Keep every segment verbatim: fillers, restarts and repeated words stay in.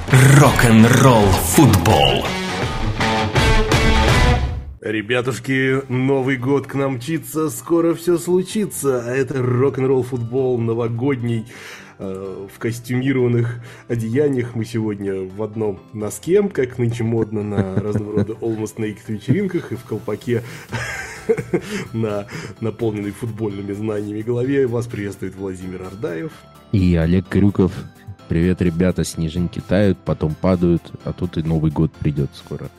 Рок-н-ролл футбол. Ребятушки, Новый год к нам мчится, скоро все случится. А это рок-н-ролл футбол новогодний. В костюмированных одеяниях мы сегодня в одном носке, как нынче модно на разного рода almost naked вечеринках, и в колпаке на наполненной футбольными знаниями голове. Вас приветствует Владимир Ардаев и Олег Крюков. Привет, ребята, снежинки тают, потом падают, а тут и Новый год придет скоро.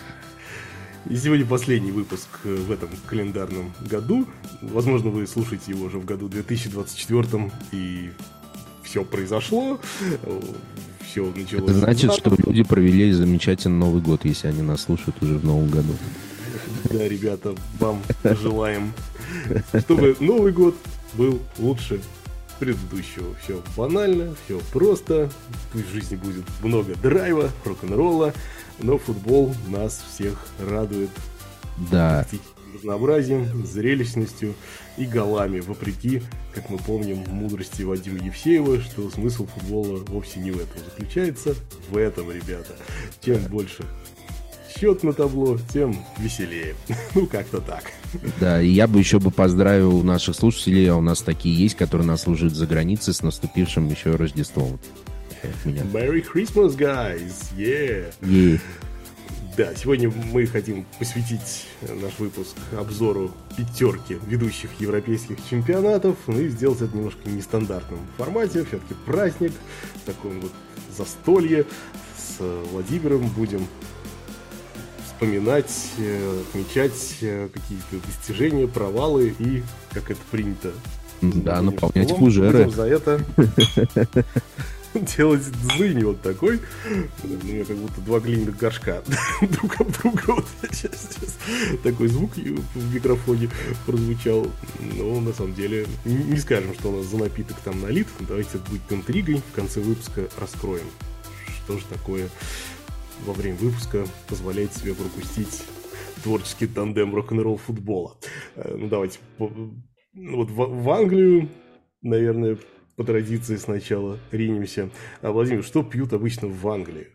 И сегодня последний выпуск в этом календарном году. Возможно, вы слушаете его уже в году две тысячи двадцать четвёртом, и все произошло, все началось. Это значит, что люди провели замечательный Новый год, если они нас слушают уже в Новом году. Да, ребята, вам желаем, чтобы Новый год был лучше предыдущего. Все банально, все просто. Пусть в жизни будет много драйва, рок-н-ролла, но футбол нас всех радует. Да. Разнообразием, зрелищностью и голами, вопреки, как мы помним, мудрости Вадима Евсеева, что смысл футбола вовсе не в этом заключается. В этом, ребята. Чем больше счет на табло, тем веселее. Ну, как-то так. Да, и я бы еще бы поздравил наших слушателей, а у нас такие есть, которые нас служат за границей, с наступившим еще Рождеством. Merry Christmas, guys! Yeah! Yeah. Да, сегодня мы хотим посвятить наш выпуск обзору пятерки ведущих европейских чемпионатов, ну и сделать это немножко в нестандартном формате, все-таки праздник, в таком вот застолье с Владимиром будем вспоминать, отмечать какие-то достижения, провалы и, как это принято, да, наполнять фужеры. За это делать дзынь вот такой. У меня как будто два глиняных горшка друг об друга. Вот сейчас, сейчас такой звук в микрофоне прозвучал. Но на самом деле не скажем, что у нас за напиток там налит. Давайте это будет интригой. В конце выпуска раскроем, что же такое во время выпуска позволяет себе пропустить творческий тандем рок-н-ролл футбола. Ну давайте вот в, в Англию, наверное, по традиции сначала ринемся. А, Владимир, что пьют обычно в Англии?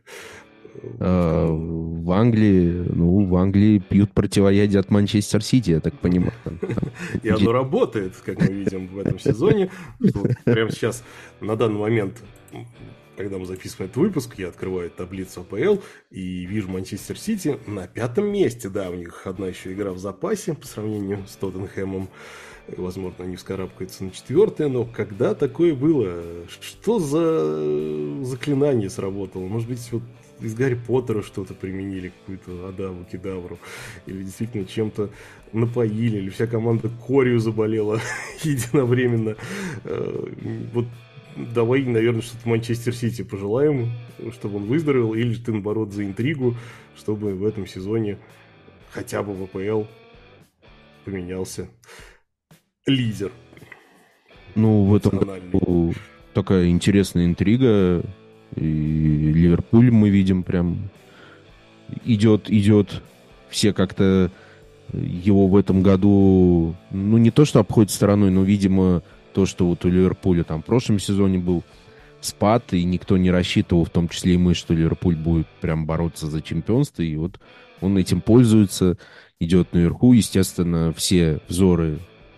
А, в Англии, ну, в Англии пьют противоядие от Манчестер Сити, я так понимаю. И оно работает, как мы видим в этом сезоне. Прямо сейчас, на данный момент, когда мы записываем этот выпуск, я открываю таблицу АПЛ и вижу Манчестер Сити на пятом месте. Да, у них одна еще игра в запасе по сравнению с Тоттенхэмом. Возможно, они вскарабкаются на четвертое, но когда такое было? Что за заклинание сработало? Может быть, вот из Гарри Поттера что-то применили, какую-то адаву, кедавру, или действительно чем-то напоили, или вся команда корью заболела единовременно. Вот давай, наверное, что-то Манчестер Сити пожелаем, чтобы он выздоровел, или ты, наоборот, за интригу, чтобы в этом сезоне хотя бы в АПЛ поменялся лидер. Ну, в этом году такая интересная интрига. И Ливерпуль мы видим прям идет, идет. Все как-то его в этом году, ну, не то, что обходит стороной, но, видимо, то, что вот у Ливерпуля там в прошлом сезоне был спад, и никто не рассчитывал, в том числе и мы, что Ливерпуль будет прям бороться за чемпионство. И вот он этим пользуется, идет наверху. Естественно, все взоры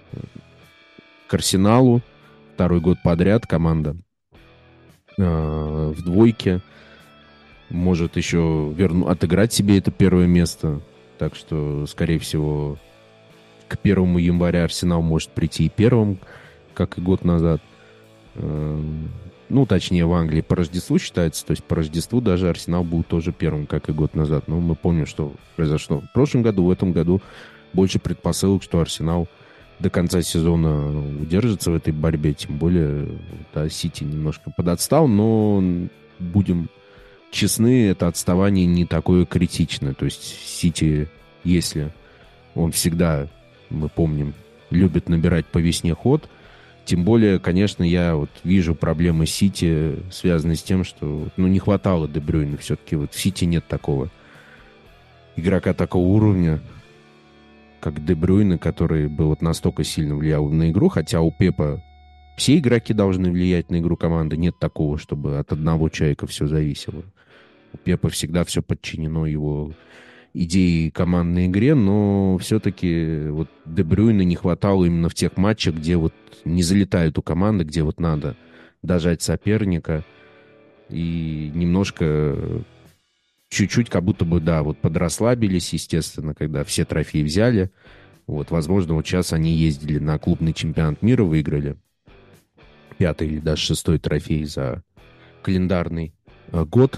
к Арсеналу. Второй год подряд команда э, в двойке. Может еще верну, отыграть себе это первое место. Так что, скорее всего, к первому января Арсенал может прийти и первым, как и год назад. Э, ну, точнее, в Англии по Рождеству считается. То есть по Рождеству даже Арсенал был тоже первым, как и год назад. Но мы помним, что произошло в прошлом году. В этом году больше предпосылок, что Арсенал до конца сезона удержится в этой борьбе, тем более да, Сити немножко подотстал, но будем честны, это отставание не такое критичное. То есть Сити, если он всегда, мы помним, любит набирать по весне ход, тем более, конечно, я вот вижу проблемы Сити, связанные с тем, что ну, не хватало Де Брюйна. Все-таки вот в Сити нет такого игрока такого уровня, как Де Брюйне, который бы вот настолько сильно влиял на игру, хотя у Пепа все игроки должны влиять на игру команды. Нет такого, чтобы от одного человека все зависело. У Пепа всегда все подчинено его идеи командной игре, но все-таки вот Де Брюйна не хватало именно в тех матчах, где вот не залетают у команды, где вот надо дожать соперника. И немножко, чуть-чуть как будто бы, да, вот подрасслабились, естественно, когда все трофеи взяли. Вот, возможно, вот сейчас они ездили на клубный чемпионат мира, выиграли пятый или даже шестой трофей за календарный э, год.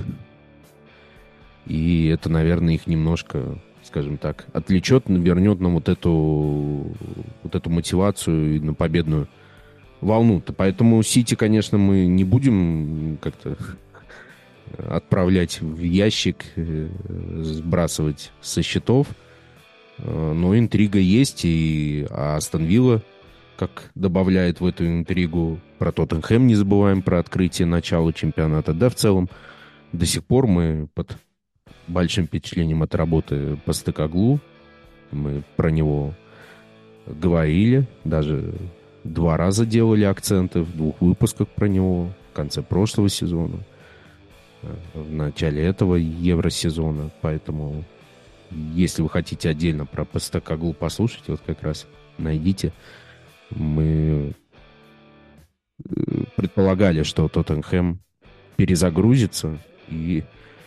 И это, наверное, их немножко, скажем так, отвлечет, вернет нам вот эту, вот эту мотивацию и на победную волну-то. Поэтому Сити, конечно, мы не будем как-то отправлять в ящик, сбрасывать со счетов. Но интрига есть, и Астон Вилла, как добавляет в эту интригу, про Тоттенхэм не забываем, про открытие начала чемпионата. Да, в целом, до сих пор мы под большим впечатлением от работы Постекоглу. Мы про него говорили, даже два раза делали акценты в двух выпусках про него в конце прошлого сезона, в начале этого евросезона. Поэтому, если вы хотите отдельно про Постекоглу послушать, вот как раз найдите. Мы предполагали, что Тоттенхэм перезагрузится и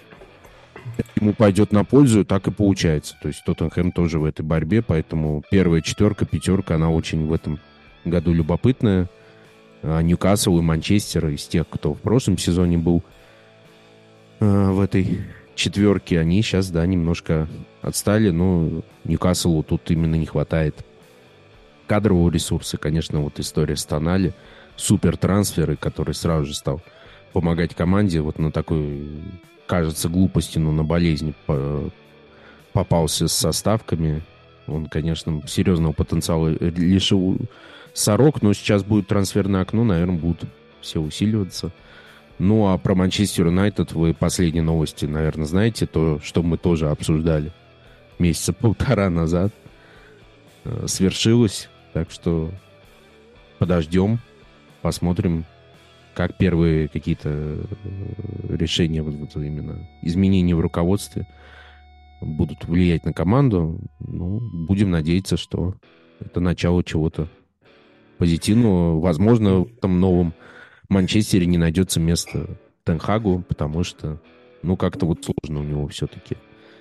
ему пойдет на пользу, так и получается. То есть Тоттенхэм тоже в этой борьбе, поэтому первая четверка, пятерка, она очень в этом году любопытная. А Ньюкасл и Манчестер из тех, кто в прошлом сезоне был а, в этой четверке, они сейчас, да, немножко отстали, но Ньюкаслу тут именно не хватает кадрового ресурса. Конечно, вот история с Тонали, супер трансферы, который сразу же стал помогать команде вот на такой, кажется, глупости, но на болезни попался с составками. Он, конечно, серьезного потенциала лишил Сорок, но сейчас будет трансферное окно, наверное, будут все усиливаться. Ну, а про Манчестер Юнайтед вы последние новости, наверное, знаете, то, что мы тоже обсуждали месяца полтора назад. Свершилось, так что подождем, посмотрим, как первые какие-то решения, вот, вот именно изменения в руководстве будут влиять на команду. Ну, будем надеяться, что это начало чего-то позитивного. Возможно, в этом новом Манчестере не найдется места Тен Хагу, потому что, ну, как-то вот сложно у него все-таки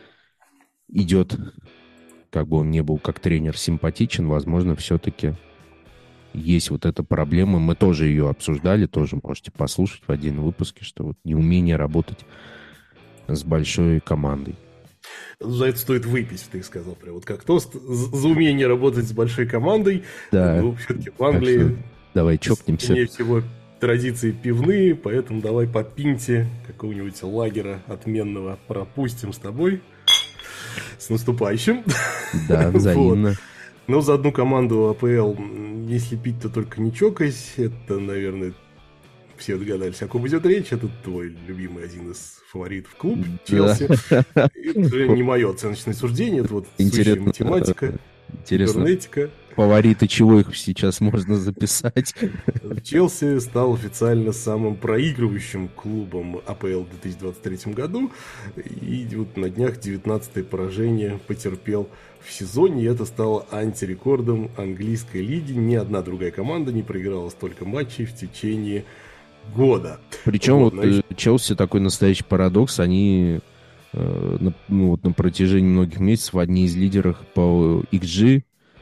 идет. Как бы он не был как тренер симпатичен, возможно, все-таки есть вот эта проблема. Мы тоже ее обсуждали, тоже можете послушать в отдельном выпуске, что вот неумение работать с большой командой. За это стоит выпить, ты сказал, прям вот как тост, за умение работать с большой командой. Да. Ну, все-таки в Англии давай чокнемся. Сильнее всего традиции пивные, поэтому давай по пинте какого-нибудь лагера отменного пропустим с тобой. С наступающим. Да, взаимно. Вот. Но за одну команду АПЛ, если пить, то только не чокаясь. Это, наверное, все догадались, о ком идет речь. Это твой любимый один из фаворитов клуб Челси. Да. Это не мое оценочное суждение, это вот сущая математика, кибернетика. Фавориты, чего их сейчас можно записать? Челси стал официально самым проигрывающим клубом АПЛ в две тысячи двадцать третьем году. И вот на днях девятнадцатое поражение потерпел в сезоне. И это стало антирекордом английской лиги. Ни одна другая команда не проиграла столько матчей в течение года. Причем вот, вот значит... Челси такой настоящий парадокс. Они э, на, ну, вот на протяжении многих месяцев одни из лидеров по икс джи.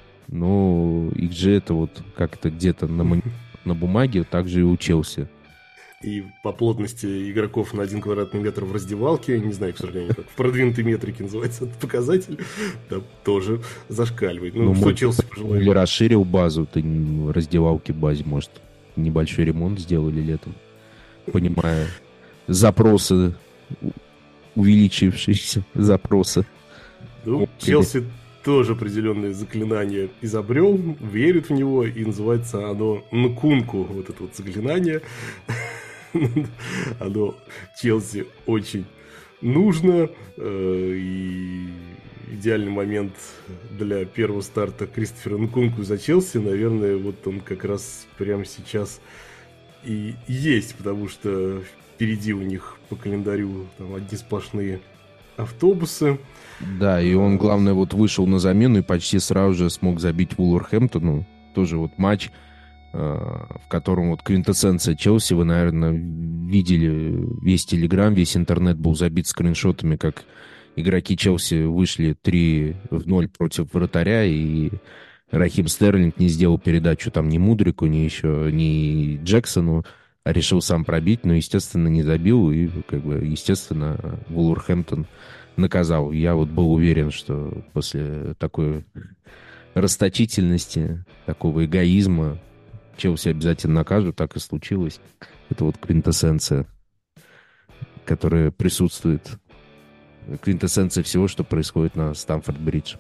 Но икс джи это вот как-то где-то на, на бумаге, также и у Челси. И по плотности игроков на один квадратный метр в раздевалке, не знаю, к сожалению, как в продвинутой метрике называется этот показатель, там тоже зашкаливает. Ну, ну что Челси пожелает? Или расширил базу, ты в раздевалке в базе, может, небольшой ремонт сделали летом, понимая запросы, увеличившиеся запросы. Ну, Челси тоже определенное заклинание изобрел, верит в него, и называется оно Нкунку, вот это вот заклинание. Оно Челси очень нужно, и идеальный момент для первого старта Кристофера Нкунку за Челси, наверное, вот он как раз прямо сейчас и есть, потому что впереди у них по календарю там одни сплошные автобусы. Да, и он, главное, вот вышел на замену и почти сразу же смог забить Вулверхэмптону. Тоже вот матч, в котором вот квинтэссенция Челси, вы, наверное, видели весь Телеграм, весь интернет был забит скриншотами, как игроки Челси вышли три в ноль против вратаря, и Рахим Стерлинг не сделал передачу там ни Мудрику, ни еще, ни Джексону, а решил сам пробить, но, естественно, не забил, и, как бы, естественно, Вулверхэмптон наказал. Я вот был уверен, что после такой расточительности, такого эгоизма Челси обязательно накажут, так и случилось. Это вот квинтэссенция, которая присутствует, квинтэссенция всего, что происходит на Стамфорд-Бридж.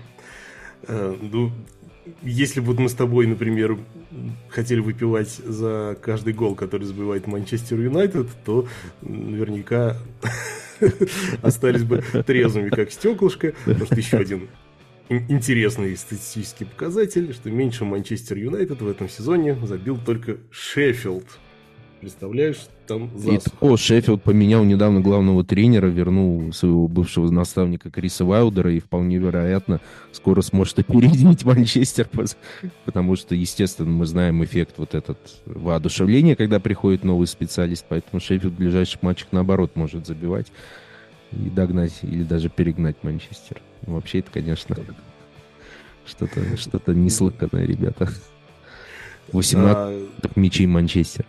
А, ну, если бы вот мы с тобой, например, хотели выпивать за каждый гол, который забивает Манчестер Юнайтед, то наверняка остались бы трезвыми, как стеклышко, потому что еще один интересный статистический показатель, что меньше Манчестер Юнайтед в этом сезоне забил только Шеффилд. Представляешь, там засуха. О, Шеффилд поменял недавно главного тренера, вернул своего бывшего наставника Криса Уайлдера, и вполне вероятно скоро сможет опередить Манчестер, потому что, естественно, мы знаем эффект вот этот воодушевления, когда приходит новый специалист, поэтому Шеффилд в ближайших матчах, наоборот, может забивать и догнать или даже перегнать Манчестер. Ну, вообще это, конечно, что-то, что-то неслыханное, ребята. восемнадцать а... мячей Манчестера.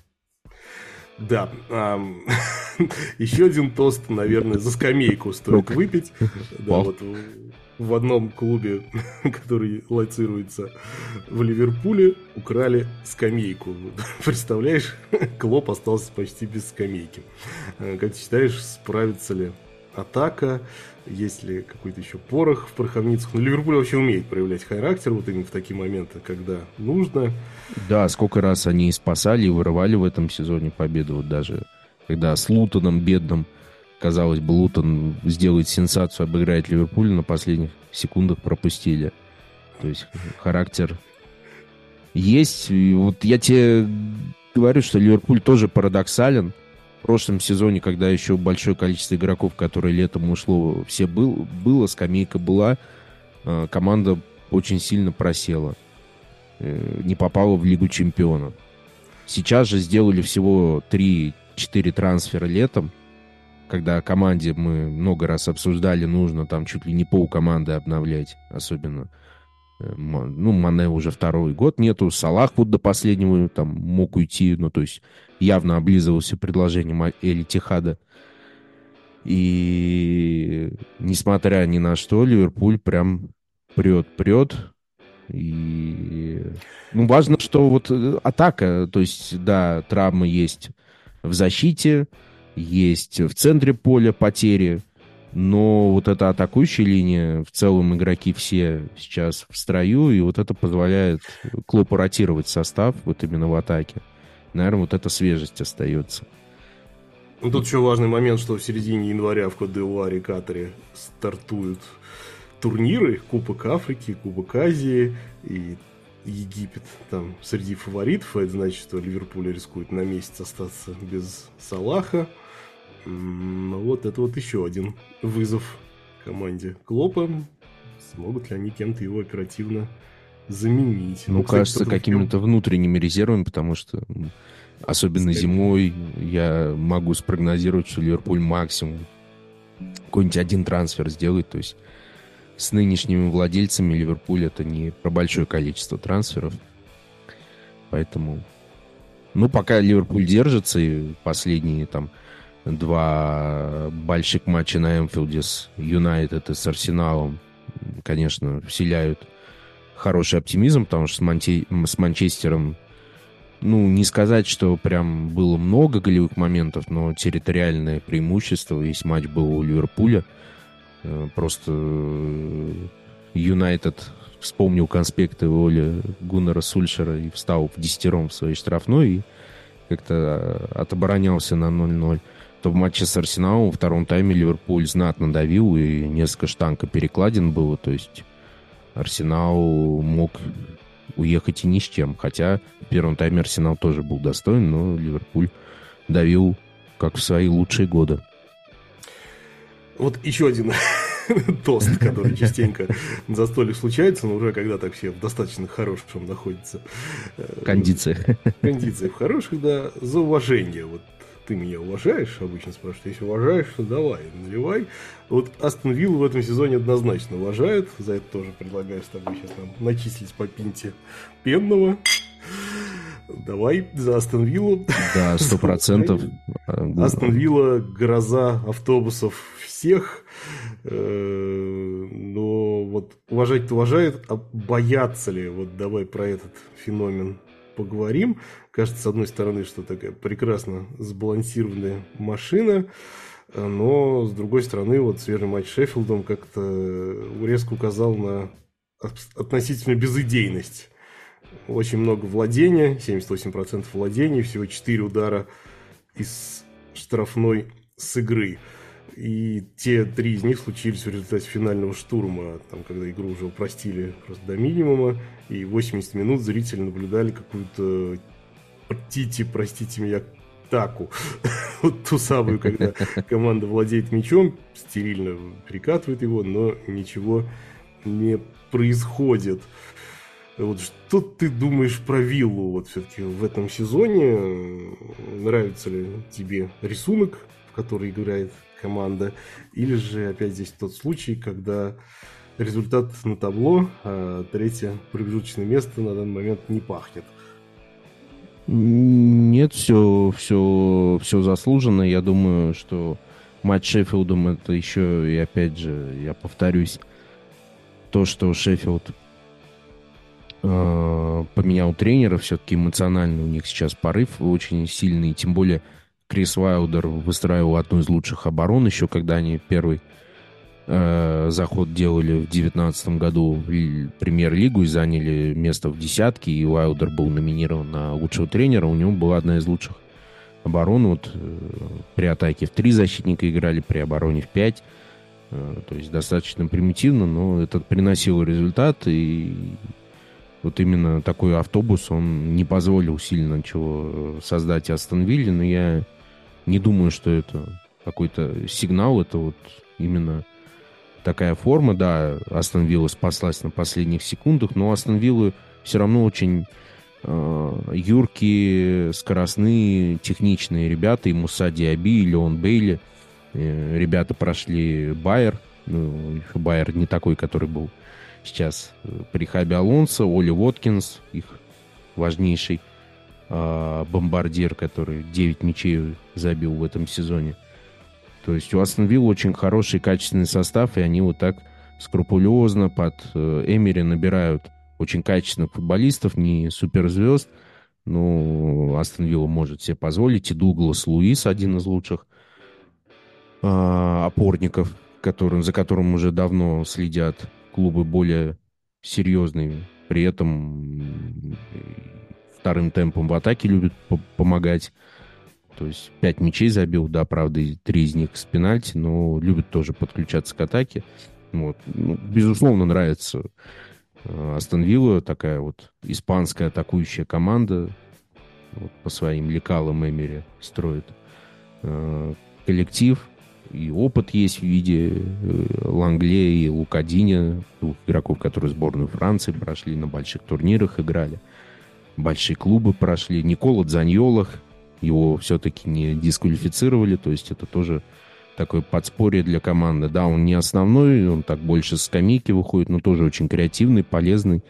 Да. Эм, еще один тост, наверное, за скамейку стоит выпить. Да, вот в, в одном клубе, который лоцируется в Ливерпуле, украли скамейку. Представляешь, Клоп остался почти без скамейки. Как ты считаешь, справится ли атака? Есть ли какой-то еще порох в пороховницах? Ну, Ливерпуль вообще умеет проявлять характер вот именно в такие моменты, когда нужно. Да, сколько раз они и спасали, и вырывали в этом сезоне победу. Вот даже когда с Лутоном бедным, казалось бы, Лутон сделает сенсацию, обыграет Ливерпуль, на последних секундах пропустили. То есть характер есть. И вот я тебе говорю, что Ливерпуль тоже парадоксален. В прошлом сезоне, когда еще большое количество игроков, которые летом ушло, все был, было, скамейка была, команда очень сильно просела. Не попала в Лигу чемпионов. Сейчас же сделали всего три-четыре трансфера летом, когда команде мы много раз обсуждали, нужно там чуть ли не полкоманды обновлять, особенно. Ну, Мане уже второй год нету, Салах вот до последнего там мог уйти, ну, то есть явно облизывался предложением Эль-Иттихада. И несмотря ни на что, Ливерпуль прям прет-прет. И ну, важно, что вот атака, то есть, да, травмы есть в защите, есть в центре поля потери, но вот эта атакующая линия, в целом игроки все сейчас в строю, и вот это позволяет Клопу ротировать состав вот именно в атаке. Наверное, вот эта свежесть остается. Ну, тут еще важный момент, что в середине января в Кот-д'Ивуаре, Катаре стартуют турниры, Кубок Африки, Кубок Азии, и Египет там среди фаворитов. Это значит, что Ливерпуль рискует на месяц остаться без Салаха. Вот это вот еще один вызов команде Клопа. Смогут ли они кем-то его оперативно заменить? Ну, ну кажется, кстати, какими-то внутренними резервами, потому что особенно Скорее. зимой я могу спрогнозировать, что Ливерпуль максимум какой-нибудь один трансфер сделает. То есть с нынешними владельцами Ливерпуль это не про большое количество трансферов. Поэтому, ну, пока Ливерпуль держится, и последние там два больших матча на Энфилде с Юнайтед и с Арсеналом, конечно, вселяют хороший оптимизм, потому что с, Манте... с Манчестером, ну, не сказать, что прям было много голевых моментов, но территориальное преимущество, весь матч был у Ливерпуля. Просто Юнайтед вспомнил конспекты Оли Гуннера Сульшера и встал в десятером в своей штрафной и как-то отоборонялся на ноль-ноль. То в матче с Арсеналом во втором тайме Ливерпуль знатно давил, и несколько штанг и перекладин было. То есть Арсенал мог уехать и ни с чем. Хотя в первом тайме Арсенал тоже был достоин, но Ливерпуль давил как в свои лучшие годы. Вот еще один тост, который частенько за столик случается, но уже когда так все в достаточно хорошем находятся. Кондиции. Кондициях хороших, да. За уважение. Вот ты меня уважаешь, обычно спрашивают. Если уважаешь, то давай, наливай. Вот Астон Виллу в этом сезоне однозначно уважают. За это тоже предлагаю с тобой сейчас нам начислить по пинте пенного. Давай за Астон Виллу. Да, сто процентов. Астон Вилла — гроза автобусов всех. Но вот уважать-то уважают, а боятся ли? Вот давай про этот феномен поговорим. Кажется, с одной стороны, что такая прекрасно сбалансированная машина, но с другой стороны, вот свежий матч с Шеффилдом как-то резко указал на относительную безыдейность. Очень много владения, семьдесят восемь процентов владений, всего четыре удара из штрафной с игры. И те три из них случились в результате финального штурма, там, когда игру уже упростили просто до минимума, и восемьдесят минут зрители наблюдали какую-то тити, простите меня, таку. Вот ту самую, когда команда владеет мячом, стерильно перекатывает его, но ничего не происходит. Вот что ты думаешь про Виллу вот все-таки в этом сезоне? Нравится ли тебе рисунок, в который играет команда? Или же опять здесь тот случай, когда результат на табло, а третье промежуточное место на данный момент не пахнет? Нет, все, все, все заслуженно. Я думаю, что матч с Шеффилдом — это еще, и опять же, я повторюсь, то, что Шеффилд э, поменял тренера, все-таки эмоционально у них сейчас порыв очень сильный. Тем более Крис Уайлдер выстраивал одну из лучших оборон еще, когда они первый э, заход делали в две тысячи девятнадцатом году в премьер-лигу и заняли место в десятке, и Уайлдер был номинирован на лучшего тренера. У него была одна из лучших оборон. Вот, э, при атаке в три защитника играли, при обороне в пять. Э, то есть достаточно примитивно, но это приносило результат. И вот именно такой автобус, он не позволил сильно чего создать Астон Вилле. Но я не думаю, что это какой-то сигнал. Это вот именно такая форма. Да, Астон Вилла спаслась на последних секундах, но Астон Виллы все равно очень э, юркие, скоростные, техничные ребята. И Муса Диаби, и Леон Бейли. Э, ребята прошли Байер. Ну, еще Байер не такой, который был сейчас при Хаби Алонсо. Оли Уоткинс, их важнейший э, бомбардир, который девять мячей забил в этом сезоне. То есть у Астон Вилла очень хороший, качественный состав, и они вот так скрупулезно под э, Эмери набирают очень качественных футболистов, не суперзвезд, но Астон Вилла может себе позволить. И Дуглас Луис, один из лучших э, опорников, который, за которым уже давно следят клубы более серьезные, при этом вторым темпом в атаке любят помогать. То есть пять мячей забил, да, правда, три из них с пенальти, но любит тоже подключаться к атаке. Вот. Ну, безусловно, нравится Астон Вилла, такая вот испанская атакующая команда. Вот, по своим лекалам Эмери строит э, коллектив. И опыт есть в виде э, Лангле и Лукадиня, двух игроков, которые сборную Франции прошли, на больших турнирах играли. Большие клубы прошли. Никола Дзаньолах, его все-таки не дисквалифицировали, то есть это тоже такое подспорье для команды. Да, он не основной, он так больше с скамейки выходит, но тоже очень креативный, полезный.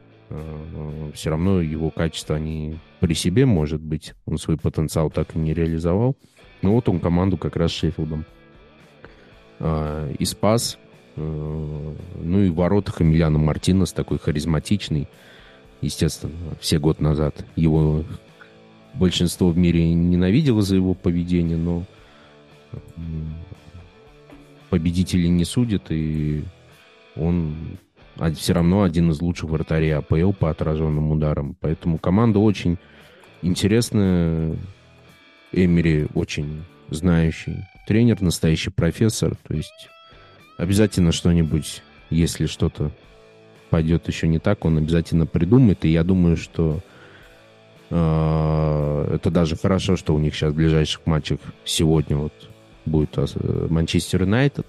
Все равно его качества, они при себе, может быть, он свой потенциал так и не реализовал. Но вот он команду как раз с Шеффилдом и спас. Ну и в воротах Эмилиано Мартинес, такой харизматичный. Естественно, все год назад его большинство в мире ненавидело за его поведение, но победители не судят, и он все равно один из лучших вратарей АПЛ по отраженным ударам. Поэтому команда очень интересная. Эмери очень знающий тренер, настоящий профессор. То есть обязательно что-нибудь, если что-то пойдет еще не так, он обязательно придумает. И я думаю, что Это даже хорошо, что у них сейчас в ближайших матчах сегодня вот будет Манчестер Юнайтед,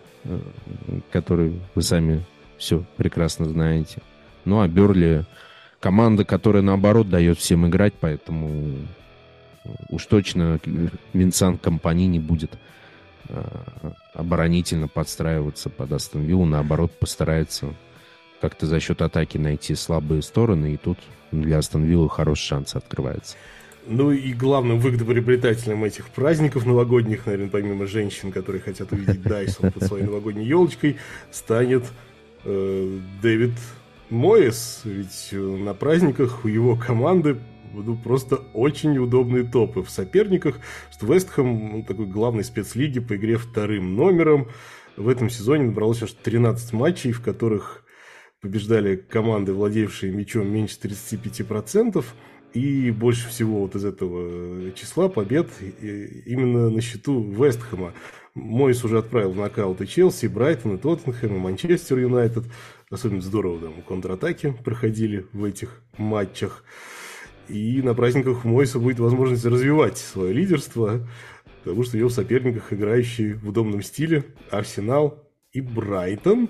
который вы сами все прекрасно знаете. Ну, а Бернли команда, которая, наоборот, дает всем играть, поэтому уж точно Винсан Компани не будет оборонительно подстраиваться под Астон Виллу, наоборот, постарается как-то за счет атаки найти слабые стороны, и тут для Астон Виллы хороший шанс открывается. Ну и главным выгодоприобретателем этих праздников новогодних, наверное, помимо женщин, которые хотят увидеть Дайсон под своей новогодней елочкой, станет э, Дэвид Моэс. Ведь на праздниках у его команды ну, просто очень удобные топы в соперниках. Что Вест Хэм, ну, такой главной спецлиги по игре вторым номером. В этом сезоне набралось аж тринадцать матчей, в которых побеждали команды, владеющие мячом меньше тридцать пять процентов. И больше всего вот из этого числа побед именно на счету Вест Хэма. Мойс уже отправил в нокаут и Челси, и Брайтон, и Тоттенхэм, и Манчестер Юнайтед. Особенно здорово там контратаки проходили в этих матчах. И на праздниках у Мойса будет возможность развивать свое лидерство, потому что у него в соперниках играющие в удобном стиле Арсенал и Брайтон.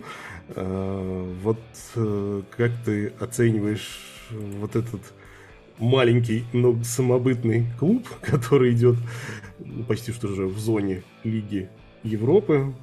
Вот как ты оцениваешь вот этот маленький, но самобытный клуб, который идет почти что же в зоне Лиги Европы,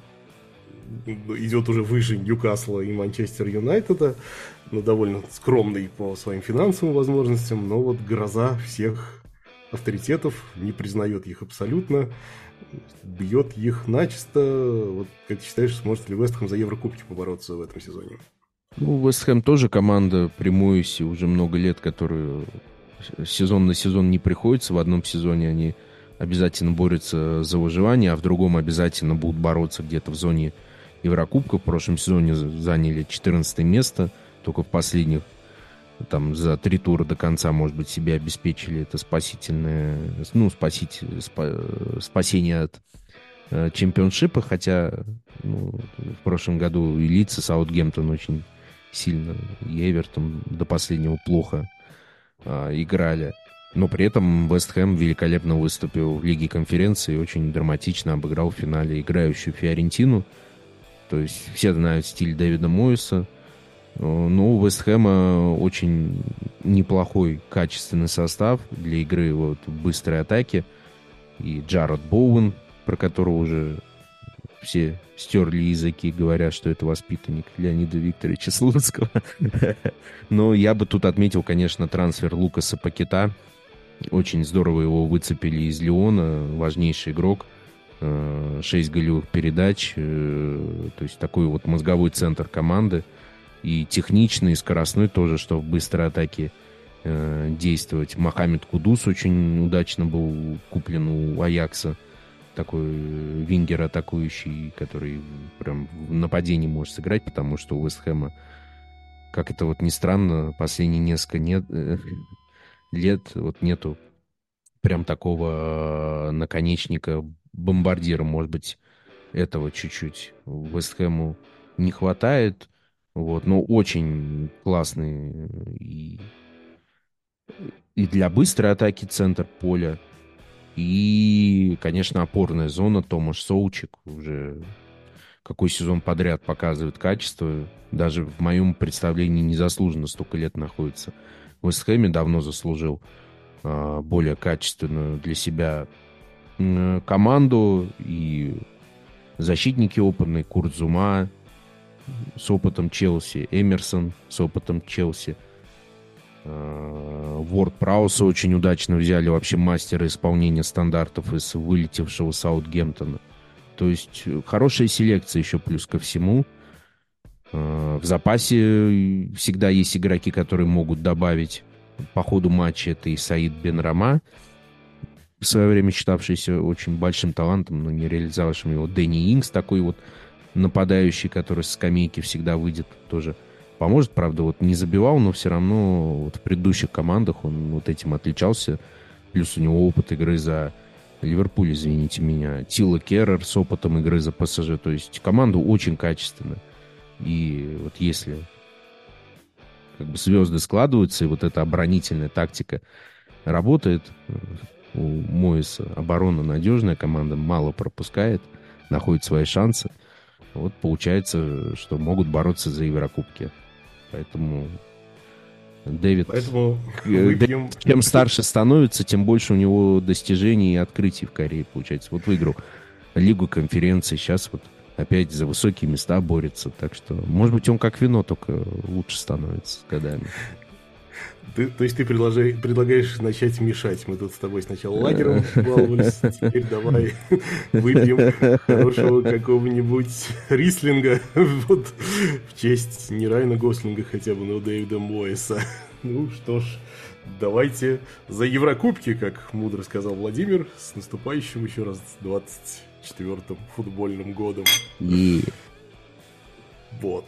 идет уже выше Ньюкасла и Манчестер Юнайтеда, но довольно скромный по своим финансовым возможностям, но вот гроза всех авторитетов, не признает их абсолютно, бьет их начисто. Вот как ты считаешь, сможет ли Вест Хэм за Еврокубки побороться в этом сезоне? Ну, Вест Хэм тоже команда прямующая уже много лет, которую сезон на сезон не приходится. В одном сезоне они обязательно борются за выживание, а в другом обязательно будут бороться где-то в зоне Еврокубка. В прошлом сезоне заняли четырнадцатое место, только в последних, там, за три тура до конца, может быть, себе обеспечили это спасительное, ну, спасить, спа, спасение от э, чемпионшипа, хотя ну, в прошлом году и Лидс, и Саутгемптон очень сильно, и Эвертон до последнего плохо играли. Но при этом Вест Хэм великолепно выступил в Лиге конференции и очень драматично обыграл в финале играющую Фиорентину. То есть все знают стиль Дэвида Моэса. Но у Вест Хэма очень неплохой качественный состав для игры вот, в быстрой атаке. И Джаред Боуэн, про которого уже все стерли языки, говоря, что это воспитанник Леонида Викторовича Слуцкого. Но я бы тут отметил, конечно, трансфер Лукаса Пакета. Очень здорово его выцепили из Лиона. Важнейший игрок. Шесть голевых передач. То есть такой вот мозговой центр команды. И техничный, и скоростной тоже, что в быстрой атаке действовать. Мохаммед Кудус очень удачно был куплен у Аякса. Такой вингер атакующий, который прям в нападении может сыграть, потому что у Вест Хэма, как это вот ни странно, последние несколько нет, лет вот нету прям такого наконечника бомбардира. Может быть, этого чуть-чуть Вест Хэму не хватает. Вот, но очень классный и, и для быстрой атаки центр поля. И, конечно, опорная зона. Томаш Соучик уже какой сезон подряд показывает качество. Даже в моем представлении незаслуженно столько лет находится в Вест Хэме. Давно заслужил а, более качественную для себя а, команду. И защитники опытные. Курт Зума с опытом Челси. Эмерсон с опытом Челси. Ворд Прауса очень удачно взяли, вообще мастера исполнения стандартов из вылетевшего Саутгемптона. То есть хорошая селекция еще плюс ко всему. В запасе всегда есть игроки, которые могут добавить по ходу матча. Это и Саид Бенрама, в свое время считавшийся очень большим талантом, но не реализовавшим его. Дэнни Инкс, такой вот нападающий, который с скамейки всегда выйдет, тоже поможет. Правда, вот не забивал, но все равно вот в предыдущих командах он вот этим отличался. Плюс у него опыт игры за Ливерпуль, извините меня. Тила Керрер с опытом игры за ПСЖ. То есть команда очень качественная. И вот если как бы звезды складываются, и вот эта оборонительная тактика работает. У Моиса оборона надежная, команда мало пропускает, находит свои шансы. Вот получается, что могут бороться за Еврокубки. Поэтому Дэвид, Поэтому Дэвид, чем старше становится, тем больше у него достижений и открытий в карьере получается. Вот выиграл Лигу конференций, сейчас вот опять за высокие места борется. Так что, может быть, он как вино, только лучше становится с годами. Ты, то есть ты предложи, предлагаешь начать мешать. Мы тут с тобой сначала лагером баловались, теперь давай выпьем хорошего какого-нибудь рислинга вот, в честь не Райана Гослинга хотя бы, но Дэвида Моиса. Ну что ж, давайте за Еврокубки, как мудро сказал Владимир, с наступающим еще раз двадцать четвёртым футбольным годом. И... Вот.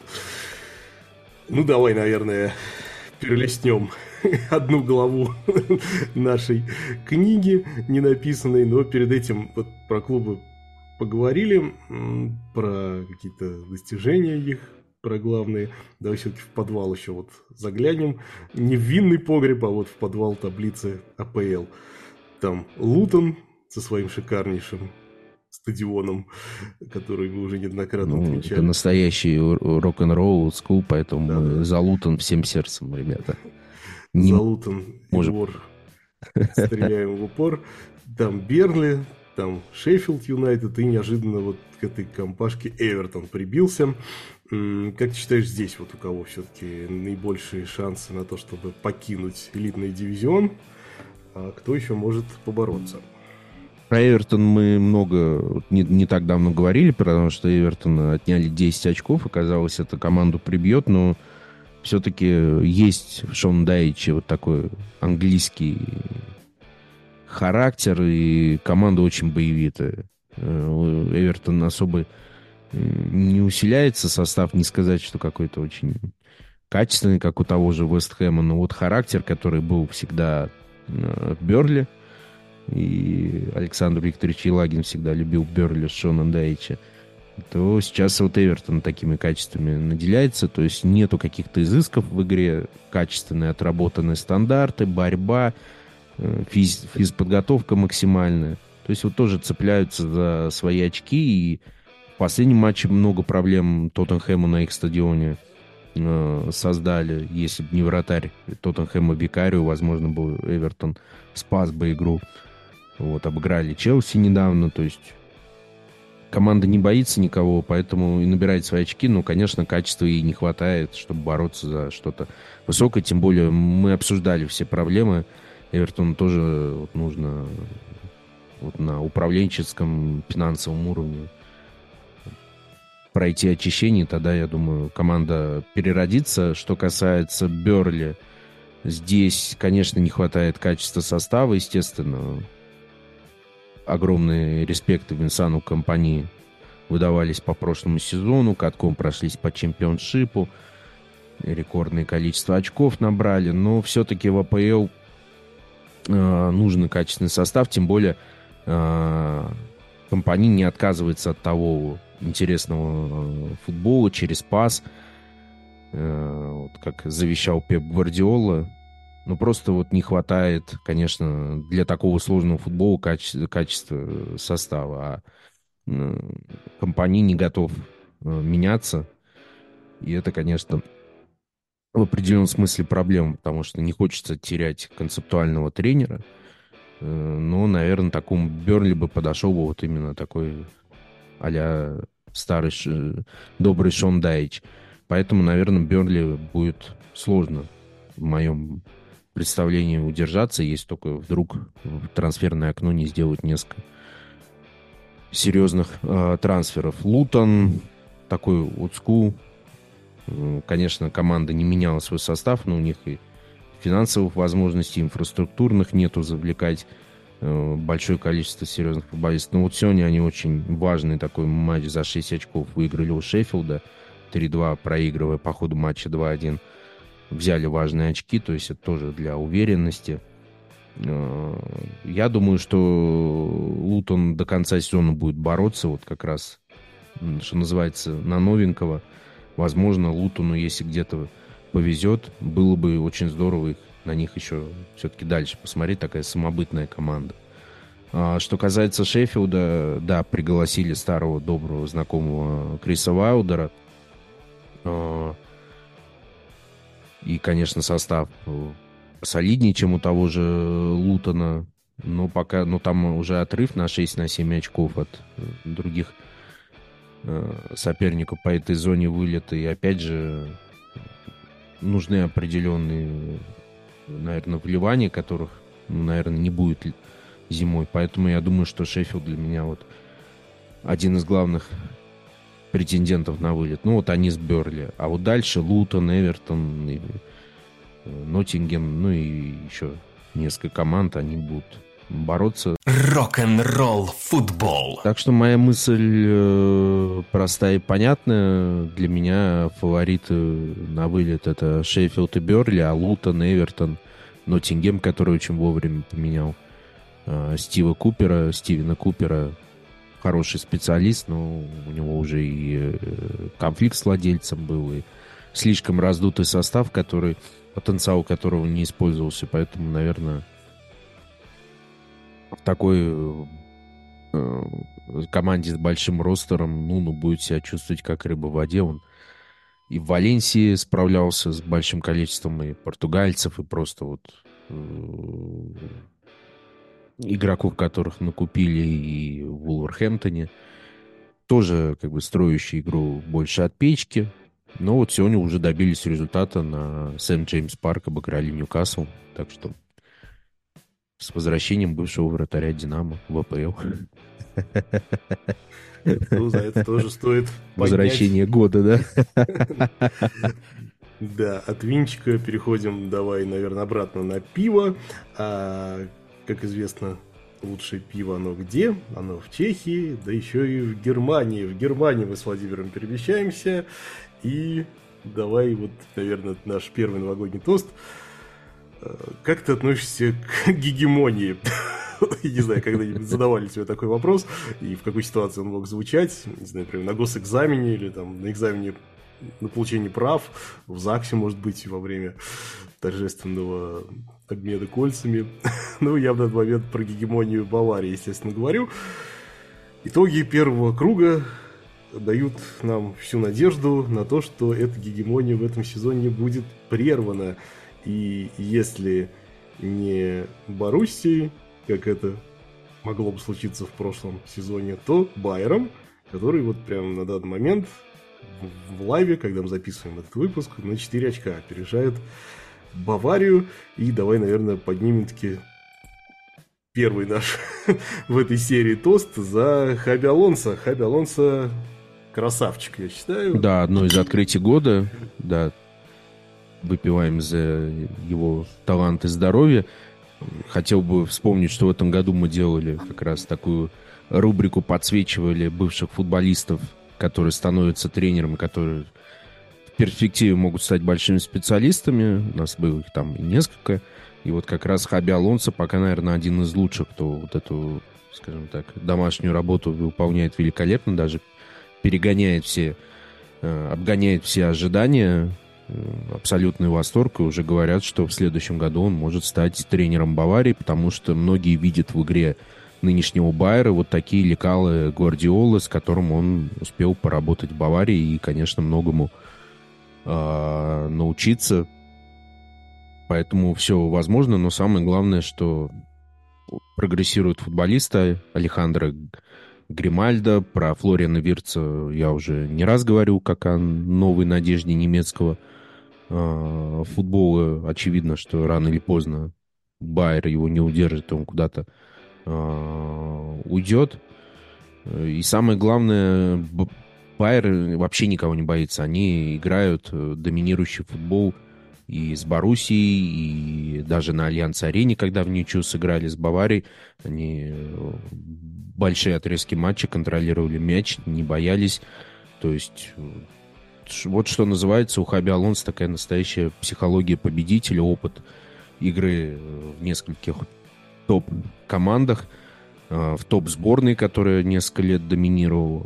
Ну давай, наверное, перелистнем одну главу нашей книги, не написанной, но перед этим вот про клубы поговорили, про какие-то достижения их, про главные. Давай все-таки в подвал еще вот заглянем. Не в винный погреб, а вот в подвал таблицы АПЛ. Там Лутон со своим шикарнейшим стадионом, который мы уже неоднократно ну, отмечали. Это настоящий рок-н-ролл, скул, поэтому да, мы да. за Лутон всем сердцем, ребята. Не за Лутон и Вор стреляем в упор. Там Бернли, там Шеффилд Юнайтед и неожиданно вот к этой компашке Эвертон прибился. Как ты считаешь, здесь вот у кого все-таки наибольшие шансы на то, чтобы покинуть элитный дивизион? А кто еще может побороться? Про Эвертон мы много не, не так давно говорили, потому что Эвертон отняли десять очков. Оказалось, эта команду прибьет, но все-таки есть в Шон Дайиче вот такой английский характер, и команда очень боевитая. Эвертон особо не усиляется состав, не сказать, что какой-то очень качественный, как у того же Вест Хэма, но вот характер, который был всегда в Бернли, и Александр Викторович Елагин всегда любил Бернли с Шоном Дайиче, то сейчас вот Эвертон такими качествами наделяется, то есть нету каких-то изысков в игре, качественные отработанные стандарты, борьба, физ, физподготовка максимальная. То есть вот тоже цепляются за свои очки, и в последнем матче много проблем Тоттенхэму на их стадионе э, создали. Если бы не вратарь Тоттенхэма Викарио, возможно, бы Эвертон спас бы игру. Вот, обыграли Челси недавно, то есть команда не боится никого, поэтому и набирает свои очки, но, конечно, качества ей не хватает, чтобы бороться за что-то высокое, тем более мы обсуждали все проблемы. Эвертону тоже вот нужно вот на управленческом финансовом уровне пройти очищение, тогда, я думаю, команда переродится. Что касается Бернли, здесь, конечно, не хватает качества состава, естественно. Огромный респект Винсану Компани выдавались по прошлому сезону, катком прошлись по чемпионшипу, рекордное количество очков набрали, но все-таки в АПЛ э, нужен качественный состав, тем более э, Компани не отказывается от того интересного футбола через пас, э, вот как завещал Пеп Гвардиола. Но просто вот не хватает, конечно, для такого сложного футбола качества, качества состава. А Компани не готов меняться. И это, конечно, в определенном смысле проблема, потому что не хочется терять концептуального тренера. Но, наверное, такому Бернли бы подошел бы вот именно такой а-ля старый добрый Шон Дайич. Поэтому, наверное, Бернли будет сложно в моем представлении удержаться, если только вдруг в трансферное окно не сделать несколько серьезных э, трансферов. Лутон такой олдскул. Конечно, команда не меняла свой состав, но у них и финансовых возможностей, инфраструктурных нету завлекать э, большое количество серьезных футболистов. Но вот сегодня они очень важный такой матч за шесть очков выиграли у Шеффилда, три-два проигрывая по ходу матча два-один. Взяли важные очки, то есть это тоже для уверенности. Я думаю, что Лутон до конца сезона будет бороться, вот как раз, что называется, на новенького. Возможно, Лутону, если где-то повезет, было бы очень здорово их на них еще все-таки дальше посмотреть, такая самобытная команда. А что касается Шеффилда, да, пригласили старого доброго знакомого Криса Вайлдера. И, конечно, состав солиднее, чем у того же Лутона. Но пока, но там уже отрыв на шесть-семь очков от других соперников по этой зоне вылета. И опять же, нужны определенные, наверное, вливания, которых, ну, наверное, не будет зимой. Поэтому я думаю, что Шеффилд для меня вот один из главных претендентов на вылет. Ну, вот они с Бернли. А вот дальше Лутон, Эвертон, и Ноттингем, ну и еще несколько команд, они будут бороться. Рок-н-ролл футбол. Так что моя мысль э, простая и понятная. Для меня фавориты на вылет — это Шеффилд и Бернли, а Лутон, Эвертон, Ноттингем, который очень вовремя поменял э, Стива Купера, Стивена Купера. Хороший специалист, но у него уже и конфликт с владельцем был, и слишком раздутый состав, который, потенциал которого не использовался. Поэтому, наверное, в такой э, команде с большим ростером Нуну будет себя чувствовать как рыба в воде. Он и в Валенсии справлялся с большим количеством и португальцев, и просто вот э, игроков, которых накупили и в Вулверхэмптоне. Тоже как бы строящий игру больше от печки. Но вот сегодня уже добились результата на Сент-Джеймс-Парк, обыграли Ньюкасл. Так что с возвращением бывшего вратаря «Динамо» в АПЛ. Ну, за это тоже стоит возвращение года, да? Да, от винчика переходим, давай, наверное, обратно на пиво. А, как известно, лучшее пиво оно где? Оно в Чехии, да еще и в Германии. В Германии мы с Владимиром перемещаемся. И давай, вот, наверное, наш первый новогодний тост. Как ты относишься к гегемонии? Я не знаю, когда-нибудь задавали тебе такой вопрос, и в какой ситуации он мог звучать, не знаю, например, на госэкзамене или там на экзамене на получение прав, в ЗАГСе, может быть, во время торжественного обмена кольцами. Ну, я в этот момент про гегемонию Баварии, естественно, говорю. Итоги первого круга дают нам всю надежду на то, что эта гегемония в этом сезоне будет прервана. И если не Боруссией, как это могло бы случиться в прошлом сезоне, то Байером, который вот прямо на данный момент в лайве, когда мы записываем этот выпуск, на четыре очка опережает Баварию. И давай, наверное, поднимем-таки первый наш в этой серии тост за Хаби Алонсо. Хаби Алонсо красавчик, я считаю. Да, одно из открытий года. Да, выпиваем за его талант и здоровье. Хотел бы вспомнить, что в этом году мы делали как раз такую рубрику, подсвечивали бывших футболистов, которые становятся тренерами, которые в перспективе могут стать большими специалистами. У нас было их там несколько. И вот как раз Хаби Алонсо пока, наверное, один из лучших, кто вот эту, скажем так, домашнюю работу выполняет великолепно, даже перегоняет все, обгоняет все ожидания. Абсолютный восторг, и уже говорят, что в следующем году он может стать тренером Баварии, потому что многие видят в игре нынешнего Байера вот такие лекалы Гвардиолы, с которым он успел поработать в Баварии и, конечно, многому э, научиться. Поэтому все возможно, но самое главное, что прогрессируют футболисты. Алехандро Гримальдо, про Флориана Виртца я уже не раз говорил, как о новой надежде немецкого э, футбола. Очевидно, что рано или поздно Байер его не удержит, он куда-то э, уйдет. И самое главное, Байер вообще никого не боится. Они играют доминирующий футбол и с Боруссией, и даже на Альянс-арене, когда в ничью сыграли с Баварией, они большие отрезки матча контролировали мяч, не боялись. То есть вот что называется у Хаби Алонсо такая настоящая психология победителя, опыт игры в нескольких топ-командах, в топ-сборной, которая несколько лет доминировала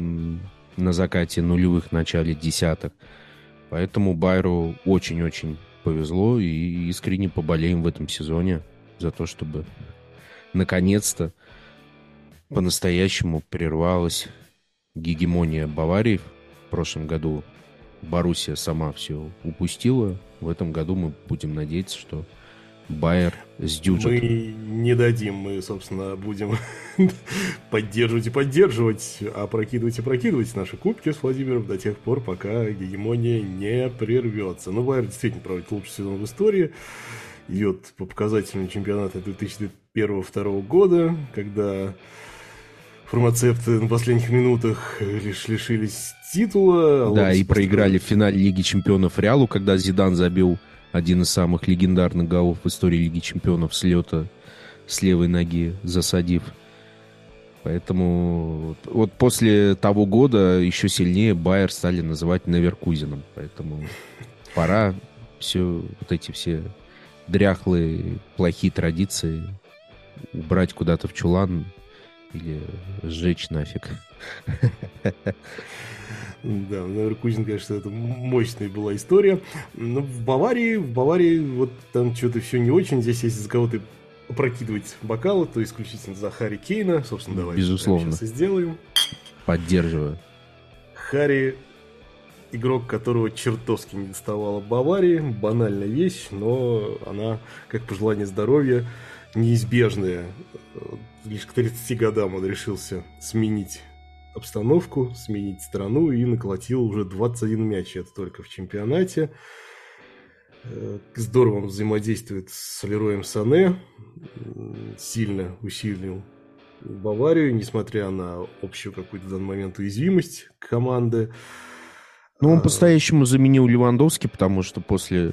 на закате нулевых, начале десятых. Поэтому Байеру очень-очень повезло, и искренне поболеем в этом сезоне за то, чтобы наконец-то по-настоящему прервалась гегемония Баварии. В прошлом году Боруссия сама все упустила. В этом году мы будем надеяться, что Байер сдюжит. Мы не дадим, мы, собственно, будем поддерживать и поддерживать, опрокидывать и прокидывать наши кубки с Владимиром до тех пор, пока гегемония не прервется. Но Байер действительно проводит лучший сезон в истории. Идет по показательному чемпионату две тысячи первого-второго года, когда фармацевты на последних минутах лишь лишились титула. Да, и проиграли в финале Лиги Чемпионов Реалу, когда Зидан забил один из самых легендарных голов в истории Лиги Чемпионов с лета, с левой ноги засадив. Поэтому вот после того года еще сильнее Байер стали называть Неверкузеном. Поэтому пора все вот эти все дряхлые, плохие традиции убрать куда-то в чулан или сжечь нафиг. Да, Неверкузен, конечно, это мощная была история. Но в Баварии, в Баварии вот там что-то все не очень. Здесь есть из-за кого-то опрокидывать бокалы, то исключительно за Харри Кейна. Собственно, давайте безусловно сейчас и сделаем. Поддерживаю. Харри, игрок, которого чертовски не доставало Баварии. Банальная вещь, но она, как пожелание здоровья, неизбежная. Лишь к тридцати годам он решился сменить обстановку, сменить страну и наколотил уже двадцать один мяч. Это только в чемпионате. Здорово он взаимодействует с Лероем Сане. Сильно усилил Баварию, несмотря на общую какую-то в данный момент уязвимость команды. Ну, он по-настоящему заменил Левандовски, потому что после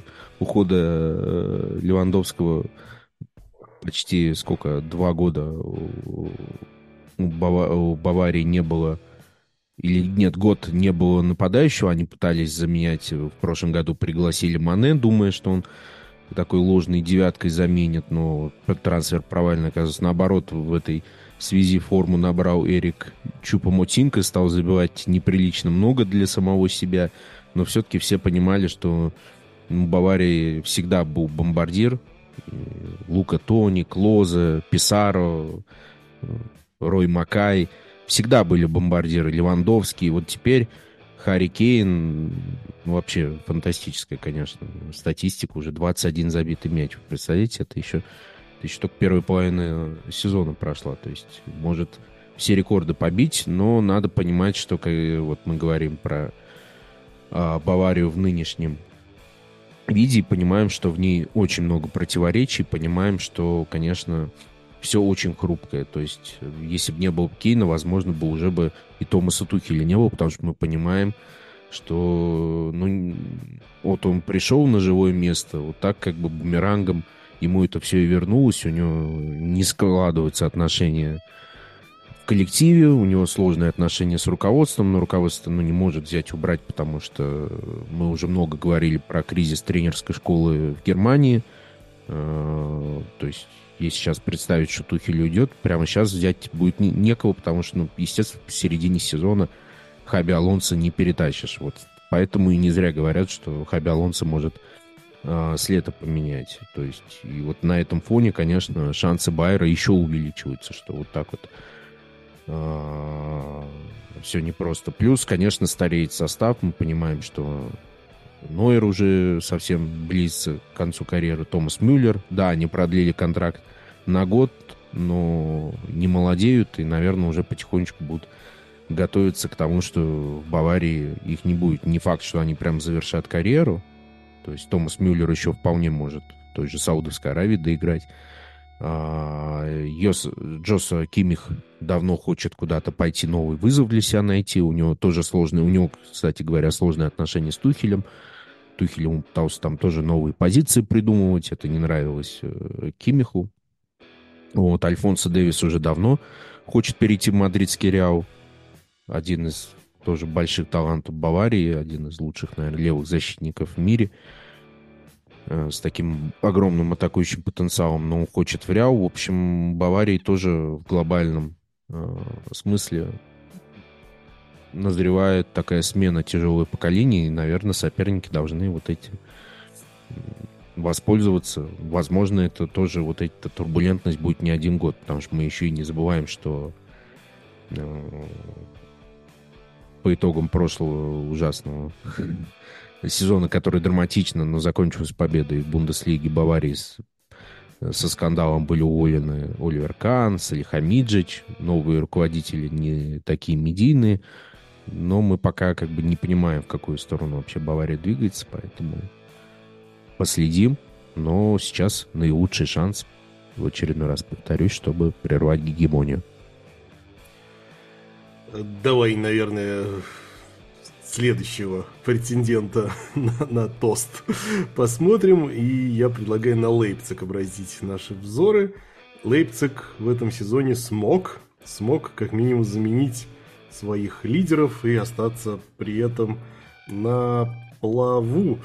ухода Левандовского почти сколько, два года у, Бава, у Баварии не было, или нет, год не было нападающего, они пытались заменять, в прошлом году пригласили Мане, думая, что он такой ложной девяткой заменит, но трансфер провальный оказался. Наоборот, в этой связи форму набрал Эрик Чупа-Мотинг и стал забивать неприлично много для самого себя, но все-таки все понимали, что у Баварии всегда был бомбардир. Лука Тони, Клозе, Писаро, Рой Макай. Всегда были бомбардиры. Левандовский. Вот теперь Харри Кейн, ну, вообще фантастическая, конечно, статистика. Уже двадцать один забитый мяч. Вы представляете, это еще, это еще только первая половина сезона прошла. То есть может все рекорды побить, но надо понимать, что вот мы говорим про а, Баварию в нынешнем виде и понимаем, что в ней очень много противоречий, понимаем, что, конечно, все очень хрупкое. То есть, если бы не было Кейна, возможно, бы уже бы и Томаса Тухеля не было, потому что мы понимаем, что ну, вот он пришел на живое место, вот так как бы бумерангом ему это все и вернулось, у него не складываются отношения в коллективе, у него сложные отношения с руководством, но руководство ну, не может взять убрать, потому что мы уже много говорили про кризис тренерской школы в Германии. То есть, если сейчас представить, что Тухель уйдет, прямо сейчас взять будет не- некого, потому что, ну, естественно, в середине сезона Хаби Алонсо не перетащишь. Вот. Поэтому и не зря говорят, что Хаби Алонсо может э, с лета поменять. То есть, и вот на этом фоне, конечно, шансы Байера еще увеличиваются, что вот так вот все непросто. Плюс, конечно, стареет состав. Мы понимаем, что Нойер уже совсем близится к концу карьеры. Томас Мюллер. Да, они продлили контракт на год, но не молодеют и, наверное, уже потихонечку будут готовиться к тому, что в Баварии их не будет. Не факт, что они прям завершат карьеру. То есть Томас Мюллер еще вполне может в той же Саудовской Аравии доиграть. Йос, Джоса Кимих давно хочет куда-то пойти, новый вызов для себя найти. У него тоже сложные, у него, кстати говоря, сложные отношения с Тухелем. Тухель ему пытался там тоже новые позиции придумывать. Это не нравилось Кимиху. Вот, Альфонсо Дэвис уже давно хочет перейти в мадридский Реал. Один из тоже больших талантов Баварии, один из лучших, наверное, левых защитников в мире. С таким огромным атакующим потенциалом, но он хочет в Реал. В общем, Баварии тоже в глобальном э, смысле назревает такая смена тяжелого поколения, и, наверное, соперники должны вот эти воспользоваться. Возможно, это тоже вот эта турбулентность будет не один год, потому что мы еще и не забываем, что по итогам прошлого ужасного сезона, который драматично, но закончился победой в Бундеслиге Баварии, с, со скандалом были уволены Оливер Кан, Салихамиджич, новые руководители не такие медийные, но мы пока как бы не понимаем, в какую сторону вообще Бавария двигается, поэтому последим. Но сейчас наилучший шанс, в очередной раз повторюсь, чтобы прервать гегемонию. Давай, наверное, следующего претендента на, на тост посмотрим. И я предлагаю на Лейпциг обратить наши взоры. Лейпциг в этом сезоне смог, смог как минимум заменить своих лидеров и остаться при этом на плаву.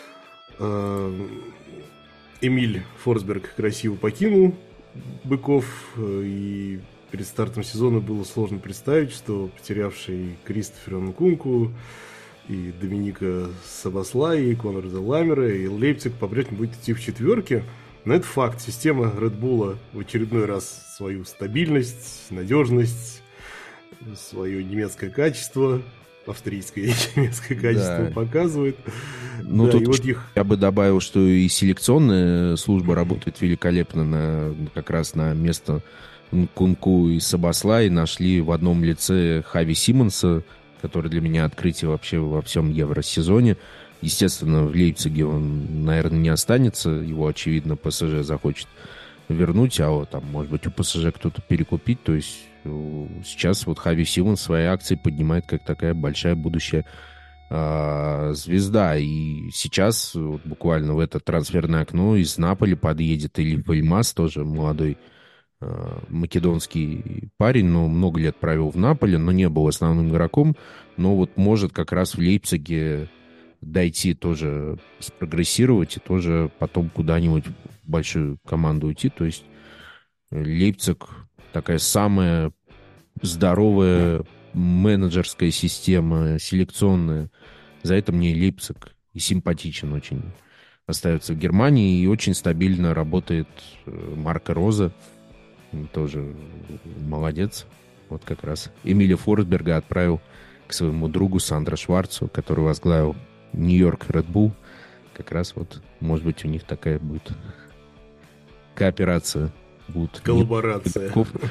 Эмиль Форсберг красиво покинул быков, и перед стартом сезона было сложно представить, что потерявший Кристофера Нкунку и Доминика Сабослая, и Конора де Ламера, и Лейпциг по-прежнему будет идти в четверке. Но это факт. Система Red Bull в очередной раз свою стабильность, надежность, свое немецкое качество, австрийское и немецкое качество да. показывает. Ну, да, тут и вот их... я бы добавил, что и селекционная служба работает великолепно на, как раз на место Нкунку и Сабослай. Нашли в одном лице Хави Симмонса, который для меня открытие вообще во всем Евросезоне. Естественно, в Лейпциге он, наверное, не останется. Его, очевидно, ПСЖ захочет вернуть, а вот там, может быть, у ПСЖ кто-то перекупить. То есть сейчас вот Хави Симмонс свои акции поднимает как такая большая будущая э, звезда. И сейчас вот, буквально в это трансферное окно из Наполи подъедет Элиф Эльмас, тоже молодой э, македонский парень, но много лет провел в Наполе, но не был основным игроком. Но вот может как раз в Лейпциге дойти тоже, спрогрессировать и тоже потом куда-нибудь в большую команду уйти. То есть Лейпциг такая самая здоровая менеджерская система, селекционная. За это мне Лейпциг и симпатичен очень. Остается в Германии и очень стабильно работает Марко Роза. Тоже молодец. Вот как раз Эмиля Форсберга отправил к своему другу Сандро Шварцу, который возглавил Нью-Йорк Red Bull. Как раз вот, может быть, у них такая будет кооперация. Будут коллаборация.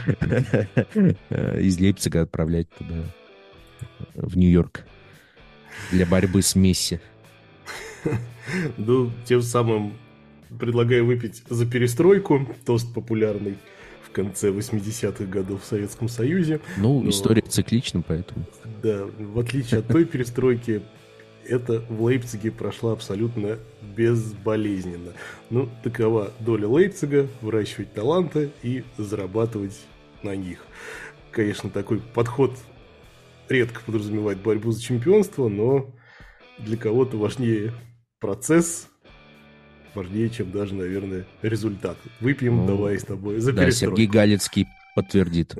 Из Лейпцига отправлять туда, в Нью-Йорк, для борьбы с Месси. Ну, тем самым предлагаю выпить за перестройку. Тост популярный в конце восьмидесятых годов в Советском Союзе. Ну, но... история циклична, поэтому. Да, в отличие от той перестройки, это в Лейпциге прошло абсолютно безболезненно. Ну, такова доля Лейпцига — выращивать таланты и зарабатывать на них. Конечно, такой подход редко подразумевает борьбу за чемпионство, но для кого-то важнее процесс, важнее, чем даже, наверное, результат. Выпьем, ну, давай с тобой за да, перестройку. Сергей Галицкий подтвердит.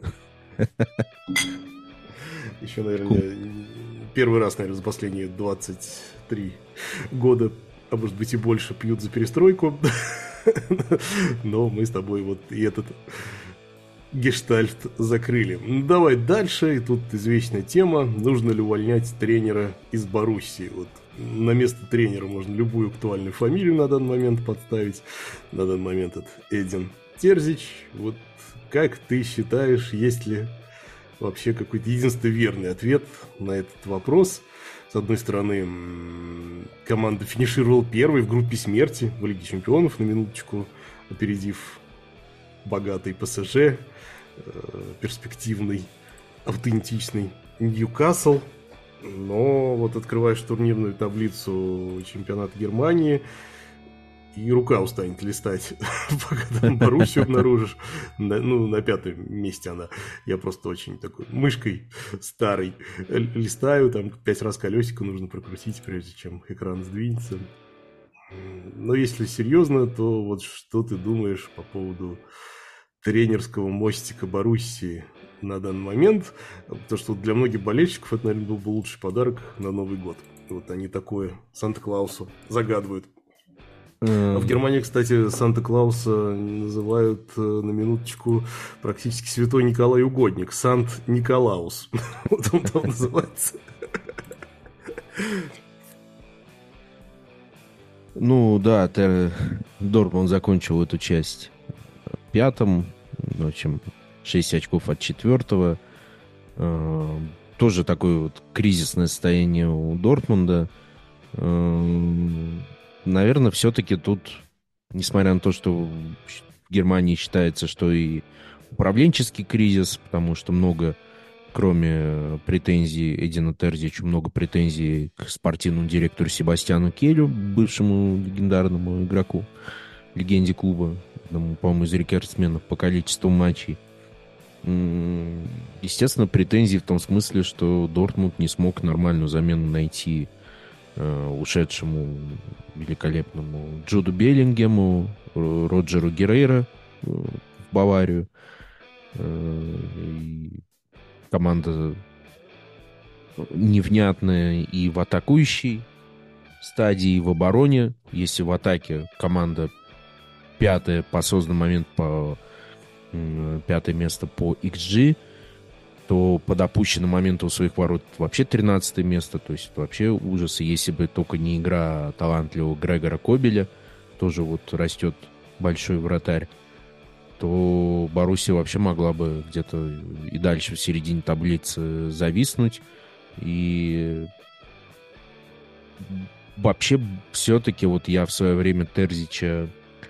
Еще, наверное, первый раз, наверное, за последние двадцать три года, а может быть и больше, пьют за перестройку. Но мы с тобой вот и этот гештальт закрыли. Ну, давай дальше. И тут извечная тема. Нужно ли увольнять тренера из Боруссии? Вот на место тренера можно любую актуальную фамилию на данный момент подставить. На данный момент это Эдин Терзич. Вот как ты считаешь, есть ли вообще какой-то единственный верный ответ на этот вопрос? С одной стороны, команда финишировала первой в группе смерти в Лиге Чемпионов, на минуточку опередив богатый ПСЖ, перспективный, аутентичный Ньюкасл. Но вот открываешь турнирную таблицу чемпионата Германии, и рука устанет листать, пока там Боруссию обнаружишь. На, ну, на пятом месте она. Я просто очень такой мышкой старой листаю. Там пять раз колесико нужно прокрутить, прежде чем экран сдвинется. Но если серьезно, то вот что ты думаешь по поводу тренерского мостика Боруссии на данный момент? Потому что для многих болельщиков это, наверное, был бы лучший подарок на Новый год. Вот они такое Санта-Клаусу загадывают. В Германии, кстати, Санта-Клауса называют, на минуточку, практически святой Николай Угодник. Сант-Николаус. Вот он там называется. Ну да, Дортмунд закончил эту часть пятым. В общем, шесть очков от четвертого. Тоже такое вот кризисное состояние у Дортмунда. Наверное, все-таки тут, несмотря на то, что в Германии считается, что и управленческий кризис, потому что много, кроме претензий Эдина Терзича, много претензий к спортивному директору Себастьяну Келю, бывшему легендарному игроку, легенде клуба, по-моему, из рекордсменов по количеству матчей. Естественно, претензии в том смысле, что Дортмунд не смог нормальную замену найти ушедшему великолепному Джуду Беллингему, Роджеру Геррейро в Баварию. И команда невнятная и в атакующей стадии, и в обороне. Если в атаке команда пятая по созданному момент, по пятое место по икс джи, то по допущенному моменту у своих ворот вообще тринадцатое место. То есть это вообще ужас. И если бы только не игра талантливого Грегора Кобеля, тоже вот растет большой вратарь, то Боруссия вообще могла бы где-то и дальше в середине таблицы зависнуть. И вообще все-таки вот я в свое время Терзича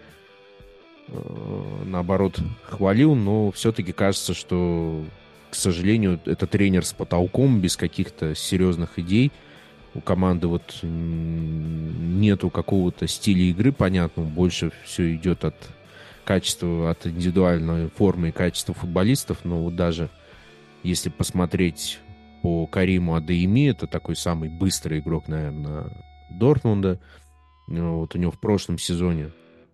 наоборот хвалил, но все-таки кажется, что, к сожалению, это тренер с потолком, без каких-то серьезных идей. У команды вот нету какого-то стиля игры понятного, больше все идет от качества, от индивидуальной формы и качества футболистов. Но вот даже если посмотреть по Кариму Адееми, это такой самый быстрый игрок, наверное, Дортмунда. Вот у него в прошлом сезоне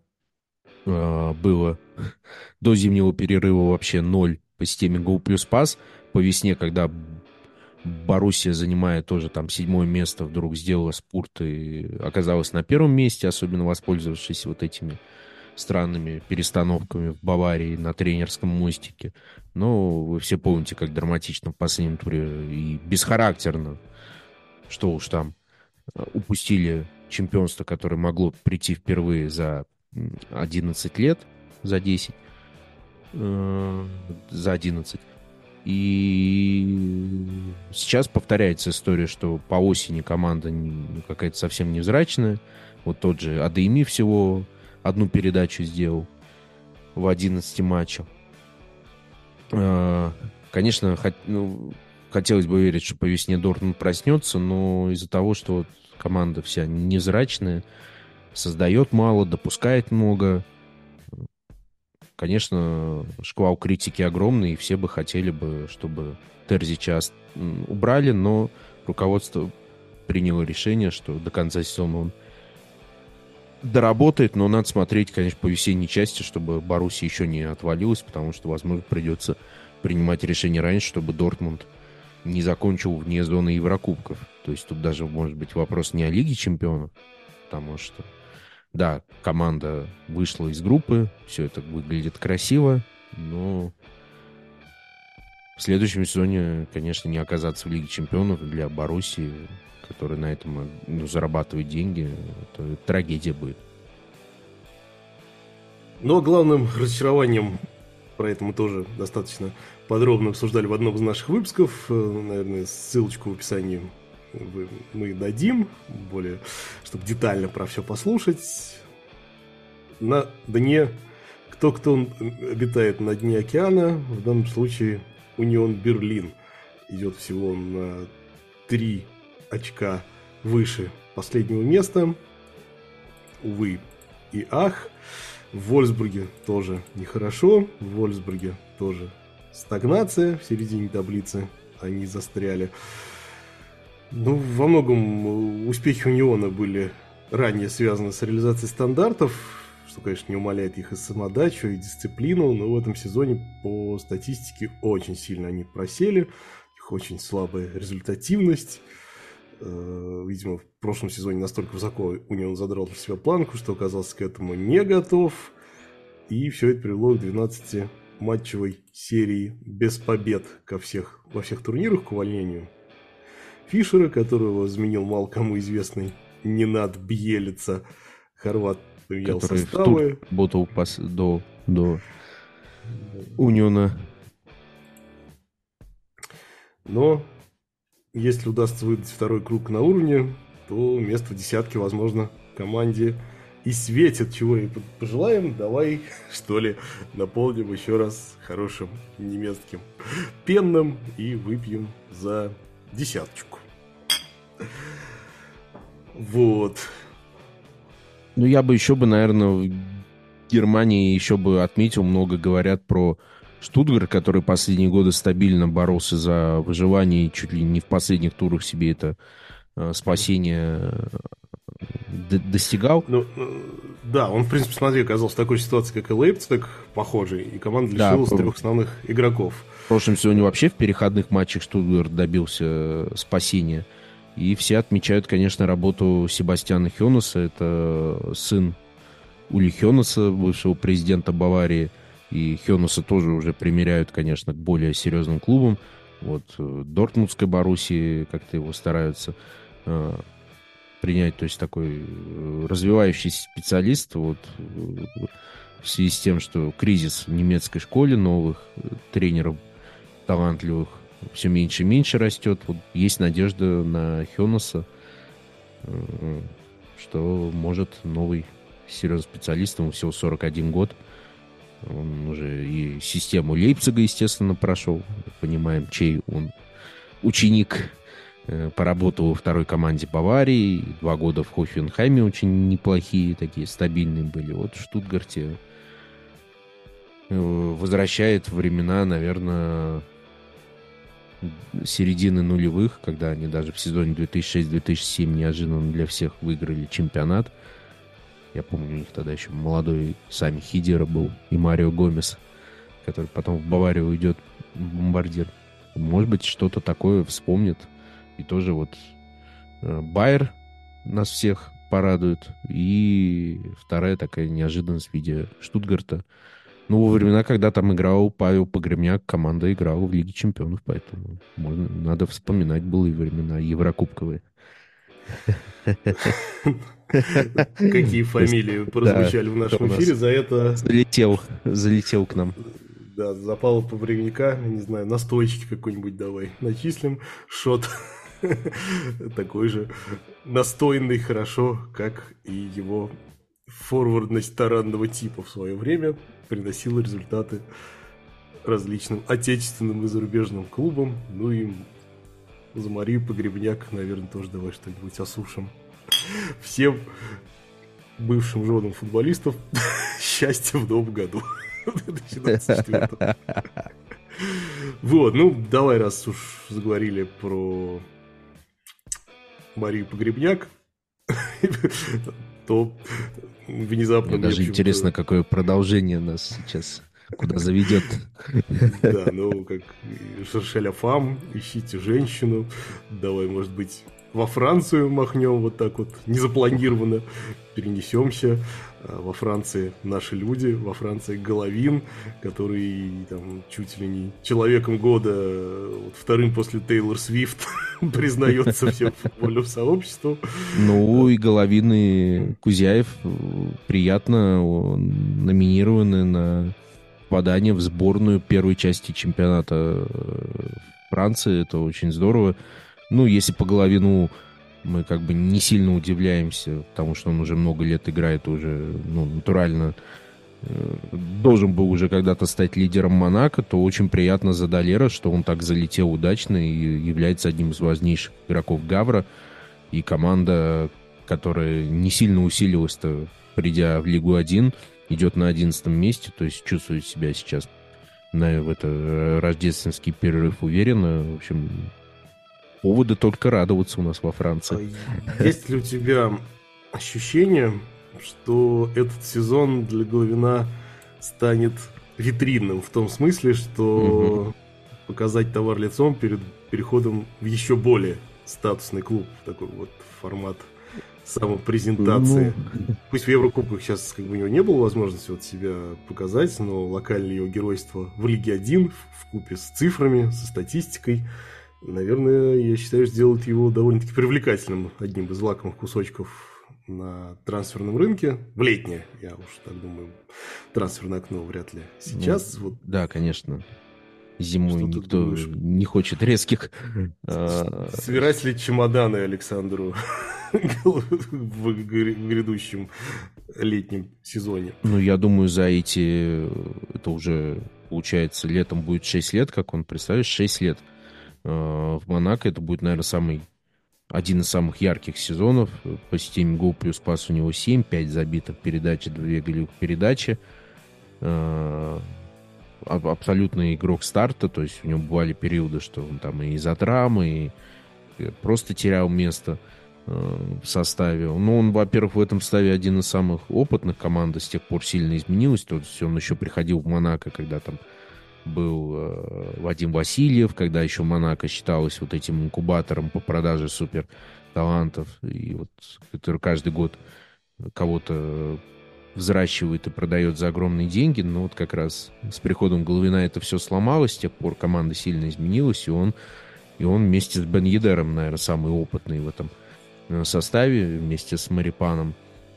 было до зимнего перерыва вообще ноль по системе гол плюс пас. По весне, когда Боруссия, занимая тоже там седьмое место, вдруг сделала спурт и оказалась на первом месте, особенно воспользовавшись вот этими странными перестановками в Баварии на тренерском мостике. Но вы все помните, как драматично в последнем туре и бесхарактерно, что уж там, упустили чемпионство, которое могло прийти впервые за одиннадцать лет, за десять, э, за одиннадцать. И сейчас повторяется история, что по осени команда какая-то совсем невзрачная. Вот тот же Адееми всего одну передачу сделал в одиннадцати матчах. Э, конечно, хот, ну, хотелось бы верить, что по весне Дортмунд проснется, но из-за того, что вот команда вся невзрачная, создает мало, допускает много. Конечно, шквал критики огромный, и все бы хотели бы, чтобы Терзича убрали, но руководство приняло решение, что до конца сезона он доработает, но надо смотреть, конечно, по весенней части, чтобы Боруссия еще не отвалилась, потому что, возможно, придется принимать решение раньше, чтобы Дортмунд не закончил вне зоны Еврокубков. То есть тут даже может быть вопрос не о Лиге чемпионов, потому что да, команда вышла из группы, все это выглядит красиво, но в следующем сезоне, конечно, не оказаться в Лиге чемпионов для Боруссии, которая на этом, ну, зарабатывает деньги, это трагедия будет. Но главным разочарованием, про это мы тоже достаточно подробно обсуждали в одном из наших выпусков, наверное, ссылочку в описании мы дадим, более, чтобы детально про все послушать. На дне, кто-кто обитает на дне океана, в данном случае Унион Берлин идет всего на три очка выше последнего места. Увы и ах. В Вольфсбурге тоже нехорошо, в Вольфсбурге тоже стагнация, в середине таблицы они застряли. Ну, во многом успехи Униона были ранее связаны с реализацией стандартов, что, конечно, не умаляет их и самодачу, и дисциплину, но в этом сезоне по статистике очень сильно они просели, их очень слабая результативность. Видимо, в прошлом сезоне настолько высоко у него задрал для себя планку, что оказался к этому не готов. И все это привело к двенадцатиматчевой серии без побед ко всех, во всех турнирах, к увольнению Фишера, которого заменил мало кому известный Ненад Бьелица. Хорват поменял который составы. Работал пос... до, до Униона. Но если удастся выдать второй круг на уровне, то место в десятке, возможно, команде и светит. Чего и пожелаем. Давай, что ли, наполним еще раз хорошим немецким пенным и выпьем за десяточку. Вот. Ну, я бы еще бы, наверное, в Германии еще бы отметил, много говорят про Штутгарт, который последние годы стабильно боролся за выживание и чуть ли не в последних турах себе это э, спасение д- достигал. Ну, да, он, в принципе, смотри, оказался в такой ситуации, как и Лейпциг, похожий, и команда лишилась да, трех основных игроков. В прошлом сезоне вообще в переходных матчах Штутгарт добился спасения. И все отмечают, конечно, работу Себастьяна Хёнеса. Это сын Ули Хёнеса, бывшего президента Баварии. И Хёнеса тоже уже примеряют, конечно, к более серьезным клубам. Вот Дортмундской Боруссии как-то его стараются э, принять. То есть такой развивающийся специалист. Вот, в связи с тем, что кризис в немецкой школе, новых тренеров талантливых все меньше и меньше растет. Вот есть надежда на Хёнеса, э, что может новый серьезный специалист, ему всего сорок один год. Он уже и систему Лейпцига, естественно, прошел. Понимаем, чей он ученик. Поработал во второй команде Баварии. Два года в Хофенхайме очень неплохие, такие стабильные были. Вот в Штутгарте возвращает времена, наверное, середины нулевых, когда они даже в сезоне две тысячи шесть - две тысячи семь неожиданно для всех выиграли чемпионат. Я помню, у них тогда еще молодой Сами Хидера был и Марио Гомес, который потом в Баварию уйдет, бомбардир. Может быть, что-то такое вспомнит. И тоже вот э, Байер нас всех порадует. И вторая такая неожиданность в виде Штутгарта. Ну, во времена, когда там играл Павел Погребняк, команда играла в Лиге Чемпионов, поэтому можно, надо вспоминать былые времена еврокубковые. Какие фамилии прозвучали в нашем эфире, за это... Залетел, залетел к нам. Да, за Павла Погребняка, не знаю, настойчики какой-нибудь давай начислим. Шот такой же настойный, хорошо, как и его форвардность таранного типа в свое время приносила результаты различным отечественным и зарубежным клубам. Ну и за Марию Погребняк, наверное, тоже давай что-нибудь осушим. Всем бывшим женам футболистов счастья в новом году. две тысячи двадцать четвёртом. Вот, ну давай, раз уж заговорили про Марию Погребняк, то внезапно... Мне даже интересно, какое продолжение нас сейчас куда заведет. Да, ну, как Шершеля Фам, ищите женщину, давай, может быть, во Францию махнем вот так вот, незапланированно перенесемся. Во Франции наши люди, во Франции Головин, который там чуть ли не человеком года, вот, вторым после Тейлор Свифт, признается всем футбольным сообществу. Ну и Головин, и Кузяев приятно номинированы на попадание в сборную первой части чемпионата Франции. Это очень здорово. Ну, если по Головину мы как бы не сильно удивляемся, потому что он уже много лет играет, уже, ну, натурально э, должен был уже когда-то стать лидером Монако, то очень приятно за Долера, что он так залетел удачно и является одним из важнейших игроков Гавра. И команда, которая не сильно усилилась-то, придя в Лигу один, идет на одиннадцатом месте, то есть чувствует себя сейчас на в это рождественский перерыв уверенно. В общем, поводы только радоваться у нас во Франции. Есть ли у тебя ощущение, что этот сезон для Головина станет витринным, в том смысле, что угу. показать товар лицом перед переходом в еще более статусный клуб, такой вот формат самопрезентации. Ну... Пусть в Еврокубках сейчас как бы у него не было возможности вот себя показать, но локальное его геройство в Лиге один вкупе с цифрами, со статистикой, наверное, я считаю, сделает его довольно-таки привлекательным, одним из лакомых кусочков на трансферном рынке. В летнее, я уж так думаю, трансферное окно вряд ли. Сейчас ну, вот... Да, конечно. Зимой что никто не хочет резких... Собирать ли чемоданы Александру в грядущем летнем сезоне? Ну, я думаю, за эти... Это уже, получается, летом будет шесть лет, как он, представляешь, шесть лет в Монако. Это будет, наверное, самый... один из самых ярких сезонов. По системе гол плюс пас у него семь, пять забитых передач, две голевых передачи. Абсолютный игрок старта, то есть у него бывали периоды, что он там и из-за травмы, и просто терял место в составе. Ну, он, во-первых, в этом составе один из самых опытных, команда с тех пор сильно изменилась, то есть он еще приходил в Монако, когда там был э, Вадим Васильев, когда еще Монако считалось вот этим инкубатором по продаже супер талантов, и вот который каждый год кого-то взращивает и продает за огромные деньги, но вот как раз с приходом Головина это все сломалось, с тех пор команда сильно изменилась, и он, и он вместе с Бен Йедером, наверное, самый опытный в этом составе, вместе с Марипаном.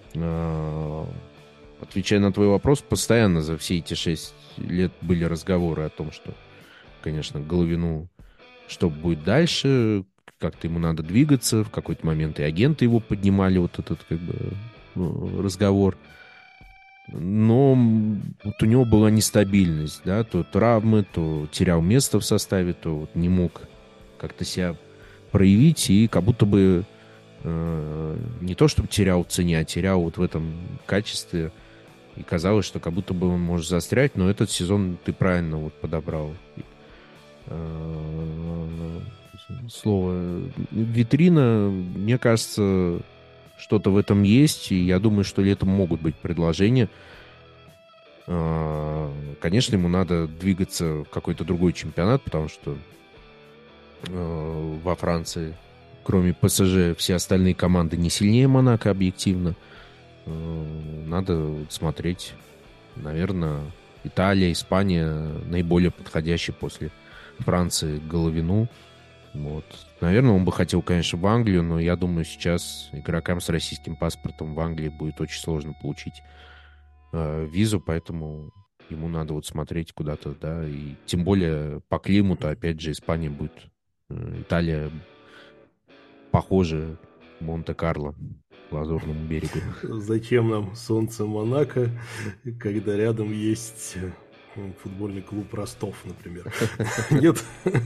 Отвечая на твой вопрос, постоянно за все эти шесть лет были разговоры о том, что, конечно, Головину, что будет дальше, как-то ему надо двигаться, в какой-то момент и агенты его поднимали, вот этот как бы разговор. Но вот у него была нестабильность, да, то травмы, то терял место в составе, то вот не мог как-то себя проявить, и как будто бы э, не то чтобы терял в цене, а терял вот в этом качестве, и казалось, что как будто бы он может застрять, но этот сезон ты правильно вот подобрал э, слово. Витрина, мне кажется, что-то в этом есть, и я думаю, что летом могут быть предложения. Конечно, ему надо двигаться в какой-то другой чемпионат, потому что во Франции, кроме ПСЖ, все остальные команды не сильнее Монако, объективно. Надо смотреть, наверное, Италия, Испания наиболее подходящие после Франции Головину. Вот. Наверное, он бы хотел, конечно, в Англию, но я думаю, сейчас игрокам с российским паспортом в Англии будет очень сложно получить э, визу, поэтому ему надо вот смотреть куда-то, да, и тем более по климату, опять же, Испания будет, э, Италия похожа Монте-Карло, Лазурному берегу. Зачем нам солнце Монако, когда рядом есть футбольный клуб Ростов, например? Нет?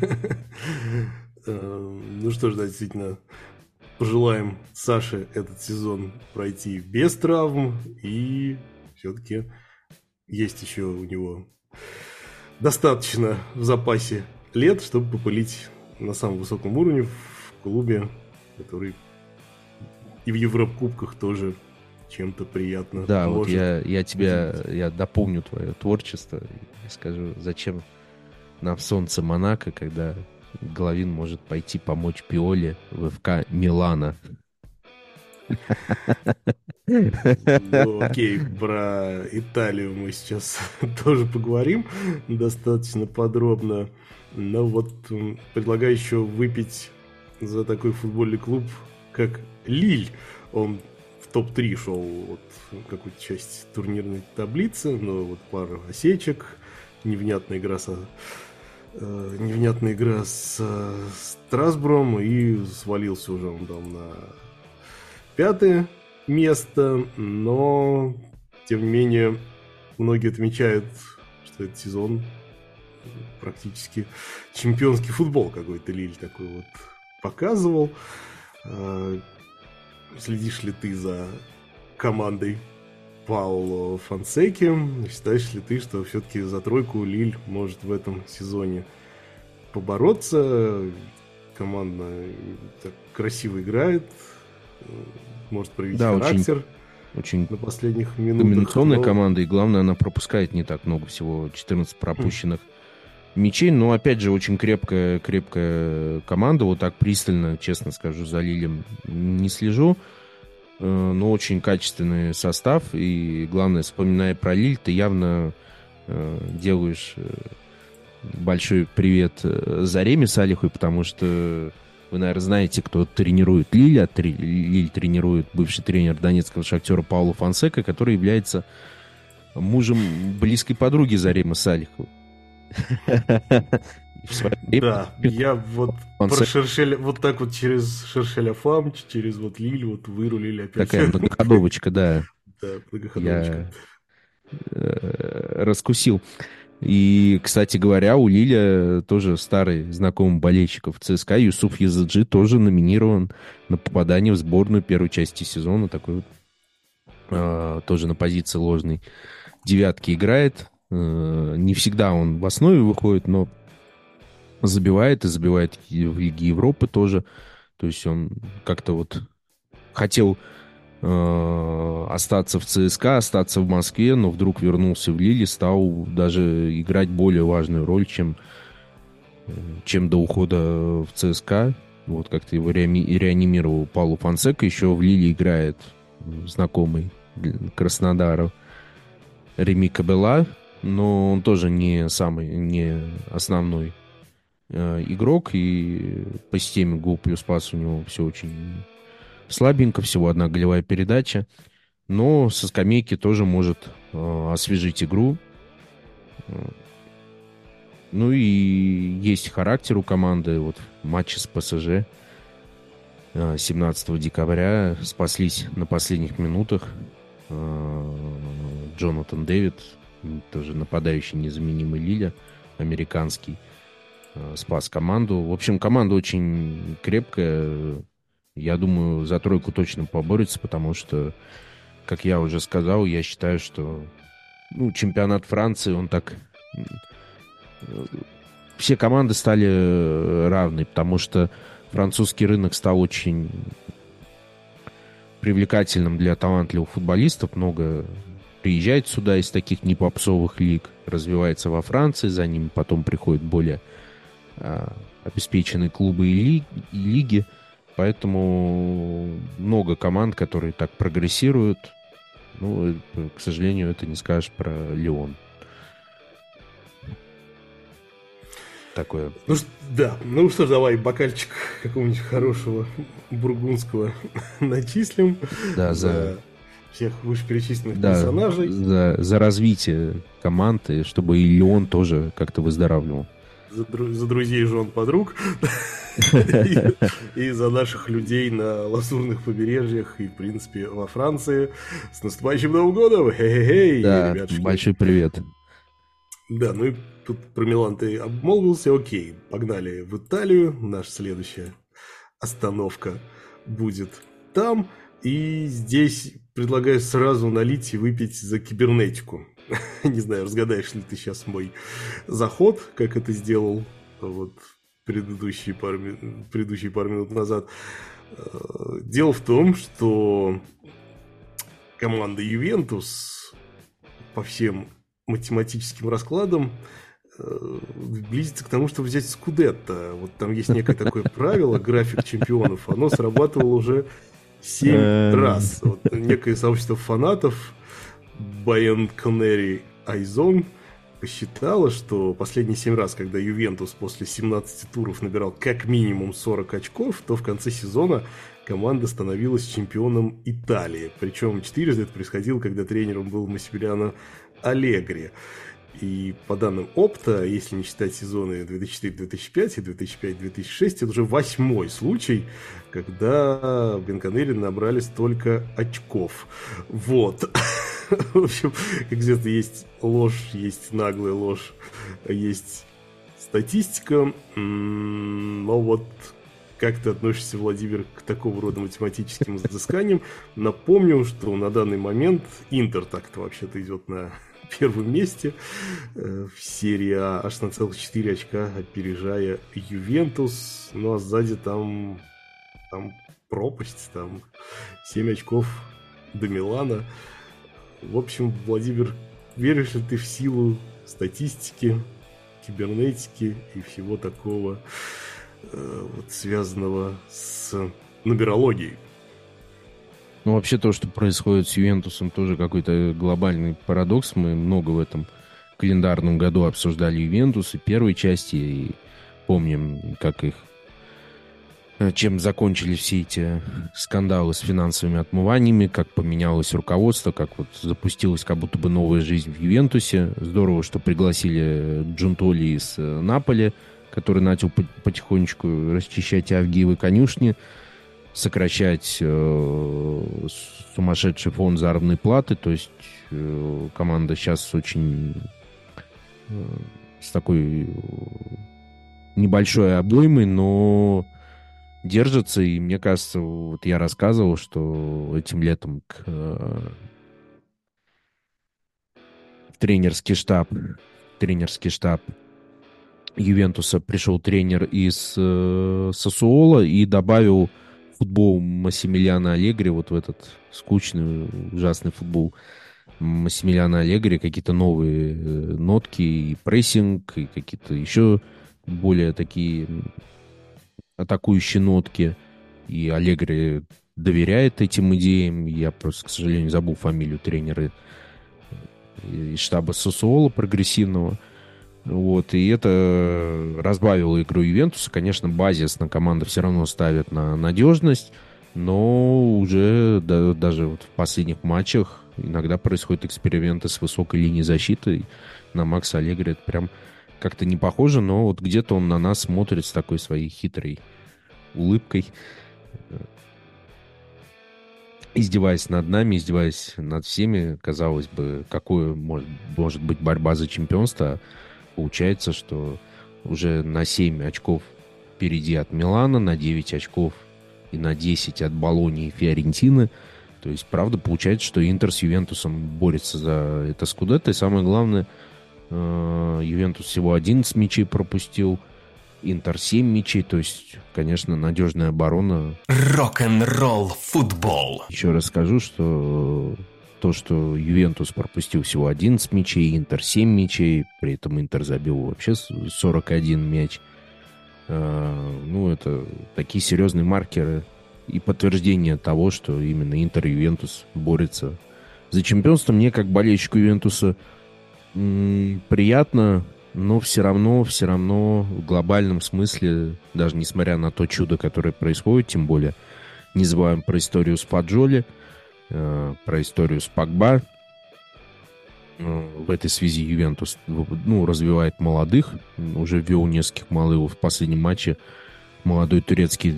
Ну что ж, да, действительно, пожелаем Саше этот сезон пройти без травм, и все-таки есть еще у него достаточно в запасе лет, чтобы попылить на самом высоком уровне в клубе, который и в Еврокубках тоже чем-то приятно. Да, может. Вот я, я тебя, я дополню твое творчество и скажу, зачем нам солнце Монако, когда Головин может пойти помочь Пиоле в ФК Милана. Ну, окей, про Италию мы сейчас тоже поговорим достаточно подробно. Но вот предлагаю еще выпить за такой футбольный клуб, как Лиль. Он в топ три шел вот какую-то часть турнирной таблицы, но вот пару осечек, невнятная игра со... невнятная игра с Страсбуром, и свалился уже он там на пятое место, но тем не менее многие отмечают, что этот сезон практически чемпионский футбол какой-то Лиль такой вот показывал. Следишь ли ты за командой Пауло Фонсеки? Считаешь ли ты, что все-таки за тройку Лиль может в этом сезоне побороться? Команда так красиво играет, может проявить да, характер очень, очень на последних минутах. Комбинационная но... команда, и главное, она пропускает не так много всего. четырнадцать пропущенных мячей, но, опять же, очень крепкая, крепкая команда. Вот так пристально, честно скажу, за Лилем не слежу. Но очень качественный состав. И, главное, вспоминая про Лиль, ты явно делаешь большой привет Зареме Салиховой, потому что вы, наверное, знаете, кто тренирует Лиль. А Лиль тренирует бывший тренер донецкого «Шахтера» Пауло Фонсека, который является мужем близкой подруги Заремы Салиховой. Да, я вот про Шершеля, вот так вот через Шершеля Фам, через вот Лиль вот вырулили опять. Такая многоходовочка, да. Да, многоходовочка. Я раскусил. И, кстати говоря, у Лиля тоже старый знакомый болельщиков ЦСКА Юсуф Языджи тоже номинирован на попадание в сборную первой части сезона. Такой вот а, тоже на позиции ложной девятки играет. А, не всегда он в основе выходит, но забивает и забивает в Лиге Европы тоже. То есть он как-то вот хотел остаться в ЦСКА, остаться в Москве, но вдруг вернулся в Лиль и стал даже играть более важную роль, чем, чем до ухода в ЦСКА. Вот как-то его реанимировал Пауло Фонсека. Еще в Лиле играет знакомый Краснодара Реми Кабела, но он тоже не самый, не основной э, игрок, и по системе гол плюс пас у него все очень слабенько, всего одна голевая передача, но со скамейки тоже может э, освежить игру. Ну и есть характер у команды. Вот в матче с ПСЖ э, семнадцатого декабря спаслись на последних минутах. Э, Джонатан Дэвид, тоже нападающий незаменимый Лиля, американский, э, спас команду. В общем, команда очень крепкая. Я думаю, за тройку точно поборется, потому что, как я уже сказал, я считаю, что ну, чемпионат Франции, он так... Все команды стали равны, потому что французский рынок стал очень привлекательным для талантливых футболистов. Много приезжает сюда из таких непопсовых лиг, развивается во Франции, за ними потом приходят более а, обеспеченные клубы и, ли, и лиги. Поэтому много команд, которые так прогрессируют. Ну, к сожалению, это не скажешь про Лион. Такое. Ну, да, ну что ж, давай бокальчик какого-нибудь хорошего бургундского начислим. Да, за... за всех вышеперечисленных да, персонажей. За, за развитие команды, чтобы и Лион тоже как-то выздоравливал. За, за друзей, жен, подруг. И за наших людей на лазурных побережьях и, в принципе, во Франции. С наступающим Новым годом! Хе-хе-хей, да, большой привет. Да, ну и тут про Милан ты обмолвился. Окей, погнали в Италию. Наша следующая остановка будет там. И здесь предлагаю сразу налить и выпить за кибернетику. Не знаю, разгадаешь ли ты сейчас мой заход, как это сделал вот предыдущие пару, предыдущие пару минут назад. Дело в том, что команда Ювентус по всем математическим раскладам близится к тому, чтобы взять Скудетто. Вот там есть некое такое правило, график чемпионов, оно срабатывало уже семь раз. Вот некое сообщество фанатов Байен Коннери Айзон посчитала, что последние семь раз, когда Ювентус после семнадцати туров набирал как минимум сорок очков, то в конце сезона команда становилась чемпионом Италии. Причем четырежды это происходило, когда тренером был Массимилиано Аллегри. И по данным Опта, если не считать сезоны две тысячи четыре - две тысячи пять и две тысячи пять - две тысячи шесть, это уже восьмой случай, когда Бенконери набрали столько очков. Вот. В общем, как известно, есть ложь, есть наглая ложь, есть статистика. Но вот как ты относишься, Владимир, к такого рода математическим изысканиям? Напомню, что на данный момент Интер так-то вообще-то идет на первом месте в серии А, аж на целых четыре очка, опережая Ювентус. Ну а сзади там, там пропасть, там семь очков до Милана. В общем, Владимир, веришь ли ты в силу статистики кибернетики и всего такого, э, вот, связанного с нумерологией. Ну, вообще то, что происходит с Ювентусом, тоже какой-то глобальный парадокс. Мы много в этом календарном году обсуждали Ювентус и первой части, и помним, как их, чем закончились все эти скандалы с финансовыми отмываниями, как поменялось руководство, как вот запустилась как будто бы новая жизнь в Ювентусе. Здорово, что пригласили Джунтоли из Наполи, который начал потихонечку расчищать Авгиевы конюшни, сокращать э, сумасшедший фонд заработной платы. То есть э, команда сейчас очень э, с такой небольшой обоймой, но держится. И мне кажется, вот я рассказывал, что этим летом к, э, в тренерский штаб, тренерский штаб Ювентуса пришел тренер из э, Сассуоло и добавил футбол Массимилиано Аллегри, вот в этот скучный, ужасный футбол Массимилиано Аллегри, какие-то новые нотки, и прессинг, и какие-то еще более такие атакующие нотки. И Аллегри доверяет этим идеям. Я просто, к сожалению, забыл фамилию тренера из штаба Сассуоло прогрессивного. Вот, и это разбавило игру Ювентуса. Конечно, базисно команда все равно ставит на надежность, но уже да, даже вот в последних матчах иногда происходят эксперименты с высокой линией защиты. На Макса Аллегри это прям как-то не похоже, но вот где-то он на нас смотрит с такой своей хитрой улыбкой, издеваясь над нами, издеваясь над всеми. Казалось бы, какое может, может быть борьба за чемпионство. Получается, что уже на семь очков впереди от Милана, на девять очков и на десять от Болоньи и Фиорентины. То есть, правда, получается, что Интер с Ювентусом борется за это скудетто. И самое главное, Ювентус всего одиннадцать мячей пропустил, Интер семь мячей. То есть, конечно, надежная оборона. Рок-н-ролл футбол. Еще раз скажу, что то, что Ювентус пропустил всего одиннадцать мячей, Интер семь мячей, при этом Интер забил вообще сорок один мяч. Ну, это такие серьезные маркеры и подтверждение того, что именно Интер и Ювентус борются за чемпионство. Мне, как болельщику Ювентуса, приятно, но все равно, все равно в глобальном смысле, даже несмотря на то чудо, которое происходит, тем более не забываем про историю с Фаджоли, про историю с Погба. В этой связи Ювентус, ну, развивает молодых. Уже ввел нескольких малых в последнем матче. Молодой турецкий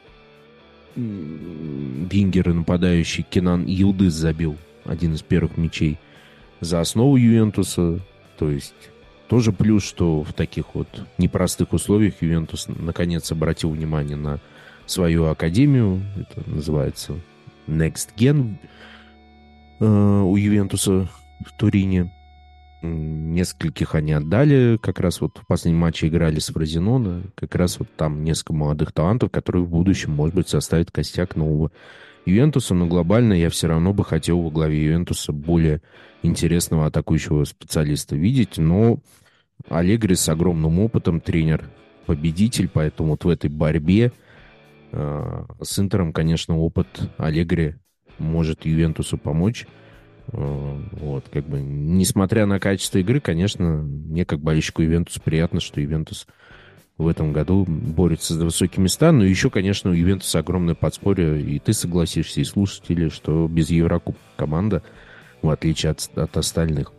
вингер и нападающий Кенан Йылдыз забил один из первых мячей за основу Ювентуса. То есть тоже плюс, что в таких вот непростых условиях Ювентус наконец обратил внимание на свою академию. Это называется Next Gen у Ювентуса в Турине. Нескольких они отдали. Как раз вот в последнем матче играли с Фрозиноне. Как раз вот там несколько молодых талантов, которые в будущем, может быть, составят костяк нового Ювентуса. Но глобально я все равно бы хотел во главе Ювентуса более интересного атакующего специалиста видеть. Но Аллегри с огромным опытом, тренер-победитель, поэтому вот в этой борьбе с Интером, конечно, опыт Аллегри может Ювентусу помочь. Вот, как бы, несмотря на качество игры, конечно, мне, как болельщику Ювентуса, приятно, что Ювентус в этом году борется за высокие места. Но еще, конечно, у Ювентуса огромное подспорье, и ты согласишься, и слушатели, что без Еврокубка команда, в отличие от, от остальных.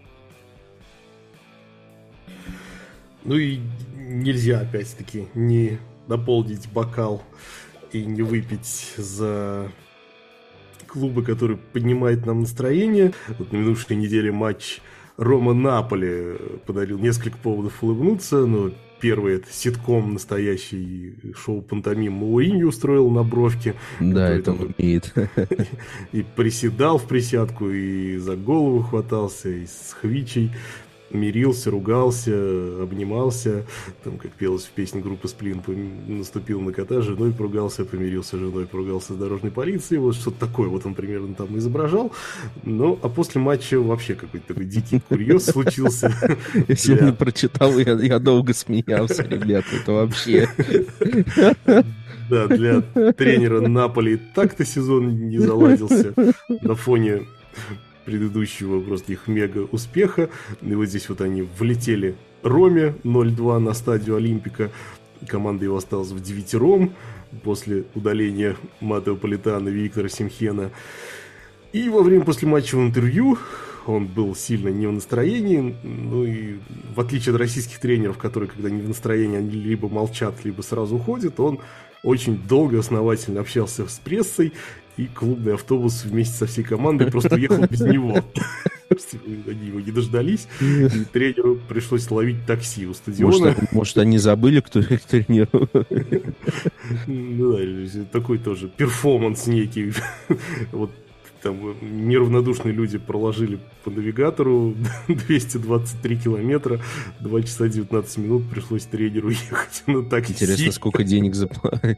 Ну и нельзя, опять-таки, не наполнить бокал и не выпить за клубы, которые поднимают нам настроение. Вот на минувшей неделе матч Рома-Наполи подарил несколько поводов улыбнуться, но первый — это ситком настоящий, шоу пантомим Мауриньо устроил на бровке. Да, это он умеет. И приседал в присядку, и за голову хватался, и с хвичей. мирился, ругался, обнимался, там, как пелось в песне группы Сплин, наступил на кота, с женой поругался, помирился с женой, поругался с дорожной полицией, вот что-то такое вот он примерно там изображал. Ну, а после матча вообще какой-то такой дикий курьез случился. Я сегодня прочитал, я долго смеялся, ребята, это вообще... Да, для тренера Наполи так-то сезон не заладился на фоне предыдущего просто их мега-успеха. И вот здесь вот они влетели Роме ноль два на стадию Олимпика. Команда его осталась в девятером после удаления Матео Политано и Виктора Симхена. И во время послематчевого интервью он был сильно не в настроении. Ну и в отличие от российских тренеров, которые, когда не в настроении, они либо молчат, либо сразу уходят, он очень долго основательно общался с прессой, и клубный автобус вместе со всей командой просто уехал без него. Они его не дождались, и тренеру пришлось ловить такси у стадиона. Может, может они забыли, кто их тренирует? Ну да, такой тоже перформанс некий. Вот там неравнодушные люди проложили по навигатору двести двадцать три километра, два часа девятнадцать минут пришлось тренеру ехать на такси. Интересно, сколько денег заплатил.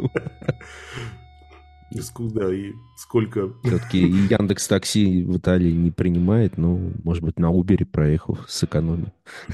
Да, и сколько... Все-таки Яндекс Такси в Италии не принимает, но, может быть, на Uber проехал, сэкономил.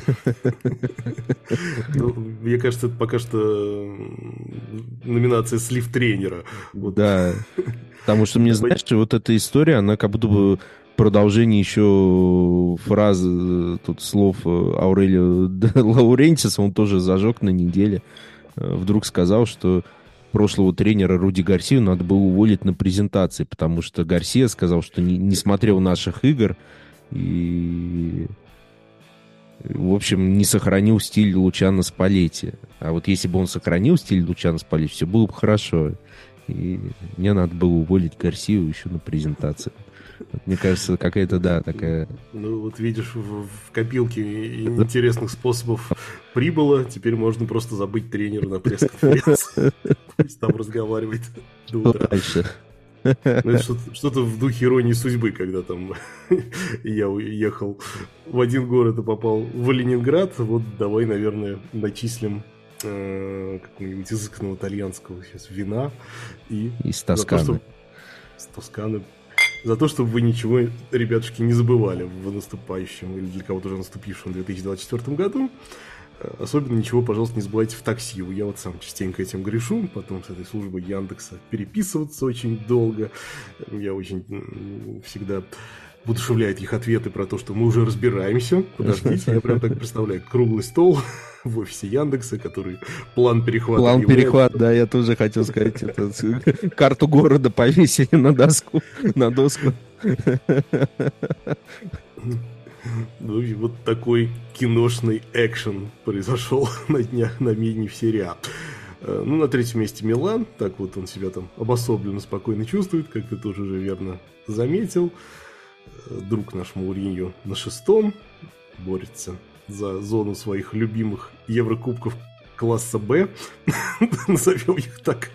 Ну, мне кажется, это пока что номинация слив тренера. Вот. Да, потому что мне, знаешь, вот эта история, она как будто бы продолжение еще фразы, тут слов Аурелио Лаурентиса, он тоже зажег на неделе. Вдруг сказал, что прошлого тренера Руди Гарсию надо было уволить на презентации, потому что Гарсия сказал, что не, не смотрел наших игр и, в общем, не сохранил стиль Лучано Спалетти. А вот если бы он сохранил стиль Лучано Спалетти, все было бы хорошо. И мне надо было уволить Гарсию еще на презентации. Мне кажется, какая-то, да, такая... Ну, вот видишь, в, в копилке интересных способов прибыло. Теперь можно просто забыть тренера на пресс-конференции. Пусть там разговаривает до утра. Дальше. Ну, это что-то, что-то в духе иронии судьбы, когда там я уехал в один город и попал в Ленинград. Вот давай, наверное, начислим э, какого-нибудь изысканного итальянского сейчас вина. И из Тосканы. Из Тосканы. За то, чтобы вы ничего, ребятушки, не забывали в наступающем или для кого-то уже наступившем две тысячи двадцать четвёртом году. Особенно ничего, пожалуйста, не забывайте в такси. Я вот сам частенько этим грешу. Потом с этой службой Яндекса переписываться очень долго. Я очень всегда воодушевляет их ответы про то, что мы уже разбираемся. Подождите, я прям так представляю. Круглый стол в офисе Яндекса, который план перехвата. План является... перехвата, да, я тоже хотел сказать. Это, карту города повесили на доску, на доску. Ну и вот такой киношный экшен произошел на днях на Мини в серии А. Ну, на третьем месте Милан. Так вот он себя там обособленно, спокойно чувствует, как ты тоже уже верно заметил. Друг наш Мауриньо на шестом борется за зону своих любимых Еврокубков класса Б. Назовем их так.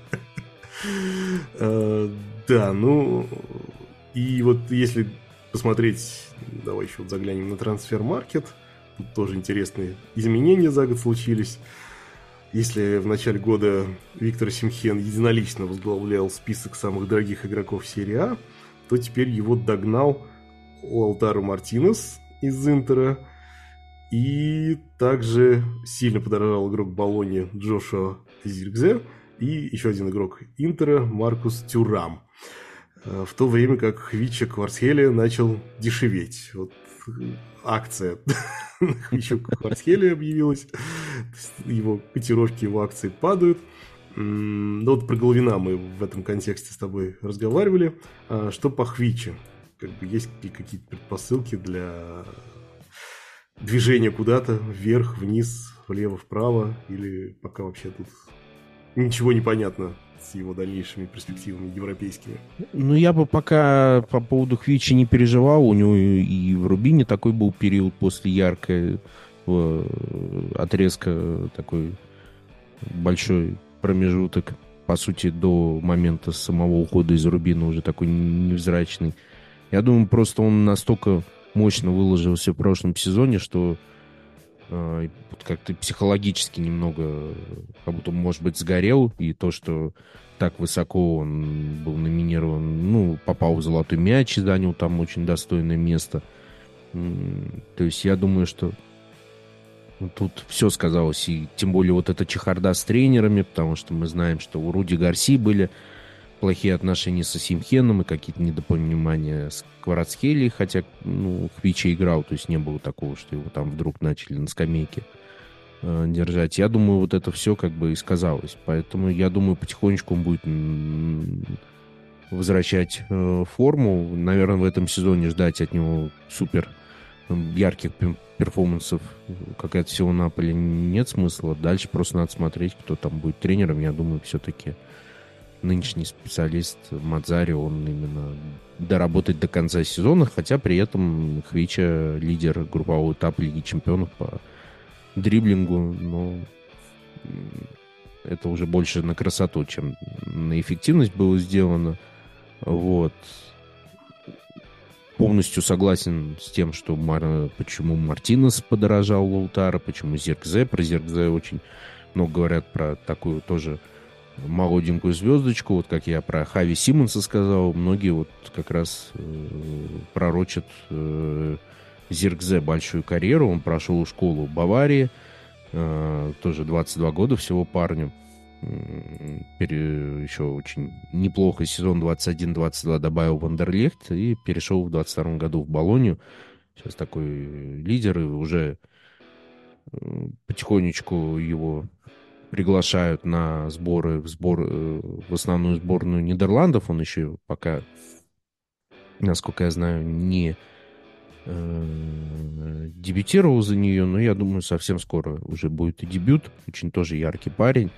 Да, ну... И вот если посмотреть... Давай еще вот заглянем на трансфер-маркет. Тут тоже интересные изменения за год случились. Если в начале года Виктор Симхен единолично возглавлял список самых дорогих игроков серии А, то теперь его догнал Лаутаро Мартинес из Интера. И также сильно подорожал игрок Болоньи Джошуа Зиркзе. И еще один игрок Интера Маркус Тюрам. В то время как Хвича Кварцхелия начал дешеветь. Вот акция Хвича Кварцхелия объявилась. Его котировки, его акции падают. Ну вот про Головина мы в этом контексте с тобой разговаривали. Что по Хвиче? Как бы есть какие-то предпосылки для движения куда-то вверх, вниз, влево, вправо? Или пока вообще тут ничего не понятно с его дальнейшими перспективами европейскими? Ну, я бы пока по поводу Хвичи не переживал. У него и в Рубине такой был период после яркого отрезка, такой большой промежуток, по сути, до момента самого ухода из Рубина, уже такой невзрачный. Я думаю, просто он настолько мощно выложился в прошлом сезоне, что э, как-то психологически немного, как будто, может быть, сгорел, и то, что так высоко он был номинирован, ну, попал в золотой мяч и занял там очень достойное место. То есть я думаю, что тут все сказалось, и тем более вот эта чехарда с тренерами, потому что мы знаем, что у Руди Гарси были плохие отношения со Симхеном и какие-то недопонимания с Кварацхелией, хотя, ну, Хвича играл, то есть не было такого, что его там вдруг начали на скамейке э, держать. Я думаю, вот это все как бы и сказалось. Поэтому я думаю, потихонечку он будет м- возвращать э, форму. Наверное, в этом сезоне ждать от него супер ярких перформансов, как это всего Наполи, нет смысла. Дальше просто надо смотреть, кто там будет тренером. Я думаю, все-таки нынешний специалист Мадзари, он именно доработает до конца сезона, хотя при этом Хвича лидер группового этапа Лиги Чемпионов по дриблингу, но это уже больше на красоту, чем на эффективность было сделано. Вот. Полностью согласен с тем, что Мар... почему Мартинес подорожал Лаутаро, почему Зиркзе. Про Зиркзе очень много говорят, про такую тоже молоденькую звездочку. Вот как я про Хави Симмонса сказал, многие вот как раз э, пророчат э, Зиркзе большую карьеру. Он прошел школу в Баварии, э, тоже двадцать два года всего парню. Пере... Еще очень неплохо сезон двадцать один двадцать два добавил в Андерлехт и перешел в двадцать втором году в Болонью. Сейчас такой лидер, и уже потихонечку его приглашают на сборы в, сбор... в основную сборную Нидерландов. Он еще пока, насколько я знаю, не э... дебютировал за нее, но я думаю, совсем скоро уже будет и дебют. Очень тоже яркий парень.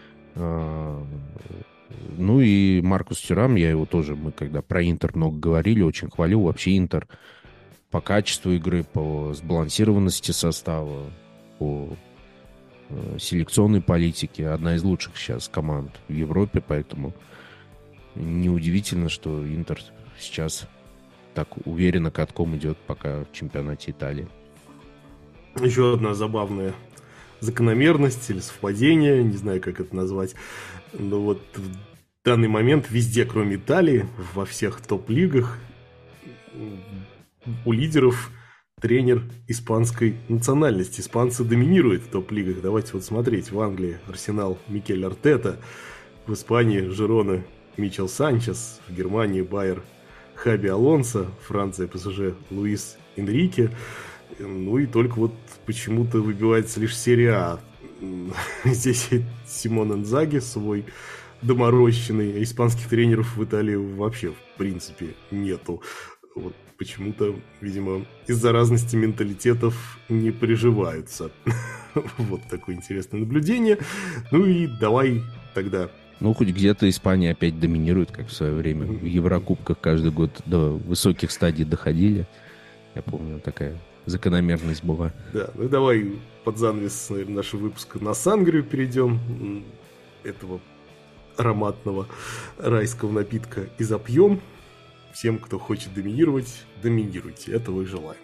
Ну и Маркус Тюрам, я его тоже, мы когда про Интер много говорили, очень хвалил. Вообще Интер по качеству игры, по сбалансированности состава, по селекционной политике одна из лучших сейчас команд в Европе, поэтому неудивительно, что Интер сейчас так уверенно катком идет пока в чемпионате Италии. Еще одна забавная закономерность или совпадение, не знаю, как это назвать. Но вот в данный момент везде, кроме Италии, во всех топ-лигах у лидеров тренер испанской национальности. Испанцы доминируют в топ-лигах. Давайте вот смотреть. В Англии Арсенал Микель Артета, в Испании Жирона Мичел Санчес, в Германии Байер Хаби Алонсо, Франция ПСЖ Луис Энрике. Ну и только вот почему-то выбивается лишь серия А. Здесь Симон Инзаги свой доморощенный. Испанских тренеров в Италии вообще в принципе нету. Вот почему-то, видимо, из-за разности менталитетов не приживаются. Вот такое интересное наблюдение. Ну и давай тогда. Ну, хоть где-то Испания опять доминирует, как в свое время. В Еврокубках каждый год до высоких стадий доходили. Я помню, такая закономерность была. Да, ну давай под занавес, наверное, нашего выпуска на Сангрию перейдем. Этого ароматного райского напитка и запьем. Всем, кто хочет доминировать, доминируйте. Этого и желаем.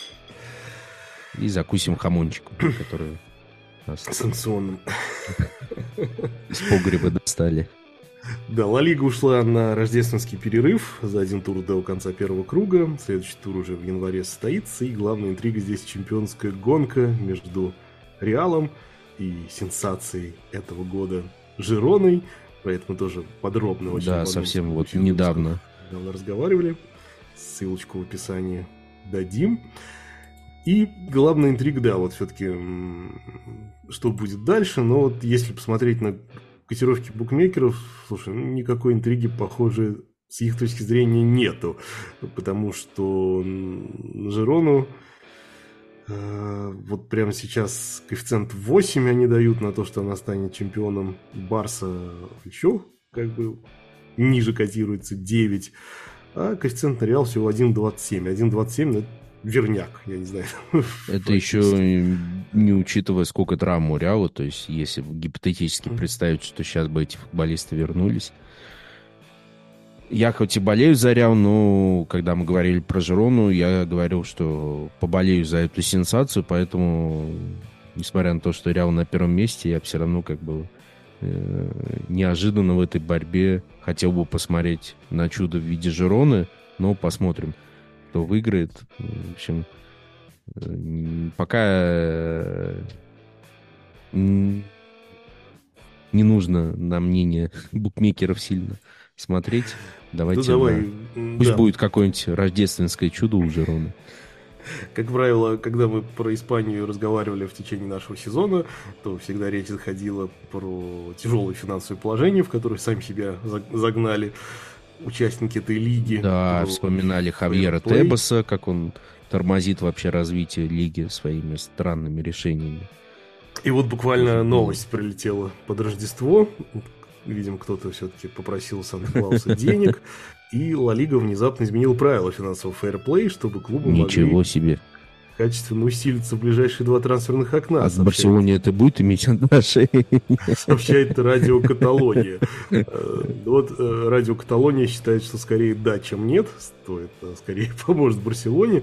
И закусим хамончиком, который нас санкционным из погреба достали. Да, Ла Лига ушла на рождественский перерыв за один тур до конца первого круга. Следующий тур уже в январе состоится. И главная интрига здесь чемпионская гонка между Реалом и сенсацией этого года Жироной. Про это мы тоже подробно очень да, совсем вот недавно. недавно разговаривали. Ссылочку в описании дадим. И главная интрига, да, вот все-таки что будет дальше. Но вот если посмотреть на котировки букмекеров, слушай, ну, никакой интриги, похоже, с их точки зрения нету. Потому что Жирону э, вот прямо сейчас коэффициент восемь они дают на то, что она станет чемпионом. Барса еще как бы ниже котируется девять. А коэффициент на Реал всего один двадцать семь. один двадцать семь это верняк, я не знаю. Это еще не учитывая, сколько травм у Реала. То есть, если гипотетически представить, что сейчас бы эти футболисты вернулись. Я хоть и болею за Реал, но когда мы говорили про Жирону, я говорил, что поболею за эту сенсацию, поэтому, несмотря на то, что Реал на первом месте, я все равно как бы э, неожиданно в этой борьбе хотел бы посмотреть на чудо в виде Жироны, но посмотрим, кто выиграет. В общем, э, пока э, не нужно на мнение букмекеров сильно смотреть. Давайте, ну, давай, на... пусть да. будет какое-нибудь рождественское чудо у Жироны. Как правило, когда мы про Испанию разговаривали в течение нашего сезона, то всегда речь заходила про тяжелое финансовое положение, в которое сами себя загнали участники этой лиги. Да, про... вспоминали Хавьера Тебаса, как он тормозит вообще развитие лиги своими странными решениями. И вот буквально новость прилетела под Рождество. Видимо, кто-то все-таки попросил Санта-Клауса денег, и Ла Лига внезапно изменила правила финансового фэрплей, чтобы клубы Ничего могли себе. качественно усилиться в ближайшие два трансферных окна. А в Барселоне это будет иметь отношение? Сообщает Радио Каталония. Вот Радио Каталония считает, что скорее да, чем нет. Стоит, скорее поможет Барселоне.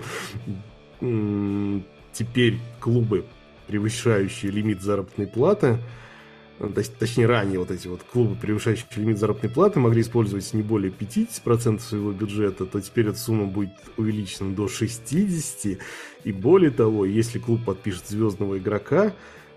Теперь клубы, превышающие лимит заработной платы, точнее ранее вот эти вот клубы, превышающие лимит заработной платы, могли использовать не более пятьдесят процентов своего бюджета, то теперь эта сумма будет увеличена до шестьдесят процентов. И более того, если клуб подпишет звездного игрока,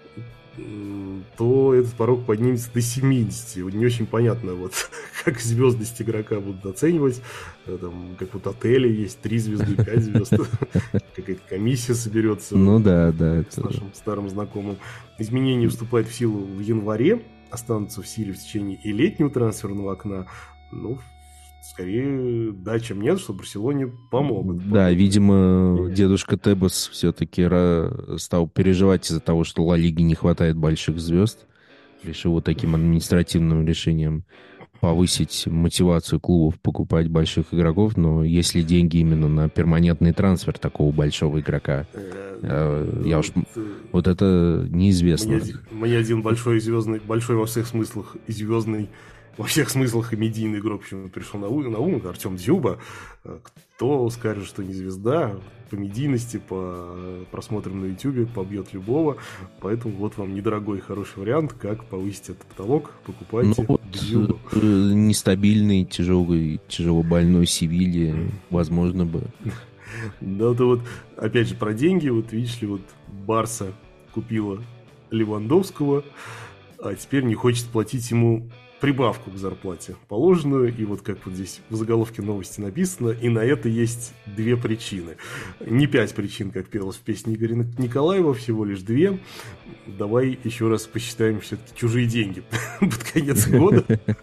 то этот порог поднимется до семидесяти. Вот не очень понятно, вот, как звездность игрока будут оценивать. Там, как вот отели есть, три звезды, пять звезд. Какая-то комиссия соберется. Ну да, да. С нашим старым знакомым. Изменения вступают в силу в январе, останутся в силе в течение и летнего трансферного окна. Ну, скорее да, чем нет, что Барселоне помогут. Да, видимо, дедушка Тебас все-таки стал переживать из-за того, что Ла Лиге не хватает больших звезд. Решил вот таким административным решением повысить мотивацию клубов покупать больших игроков, но если деньги именно на перманентный трансфер такого большого игрока, э, я уж... Вот это неизвестно. Мне, мне один большой звездный, большой во всех смыслах и звездный во всех смыслах и медийный игрок почему-то пришел на ум, на ум, Артем Дзюба. Кто скажет, что не звезда, по медийности, по просмотрам на Ютубе побьет любого. Поэтому вот вам недорогой хороший вариант, как повысить этот потолок. Покупайте ну, Дзюбу. Вот, нестабильный, тяжелый, тяжело больной Севилье, возможно бы. Да, это вот, опять же, про деньги. Вот видишь ли, вот Барса купила Левандовского, а теперь не хочет платить ему прибавку к зарплате положенную, и вот как вот здесь в заголовке новости написано, и на это есть две причины. Не пять причин, как пелось в песне Игоря Николаева, всего лишь две. Давай еще раз посчитаем все-таки чужие деньги под конец года.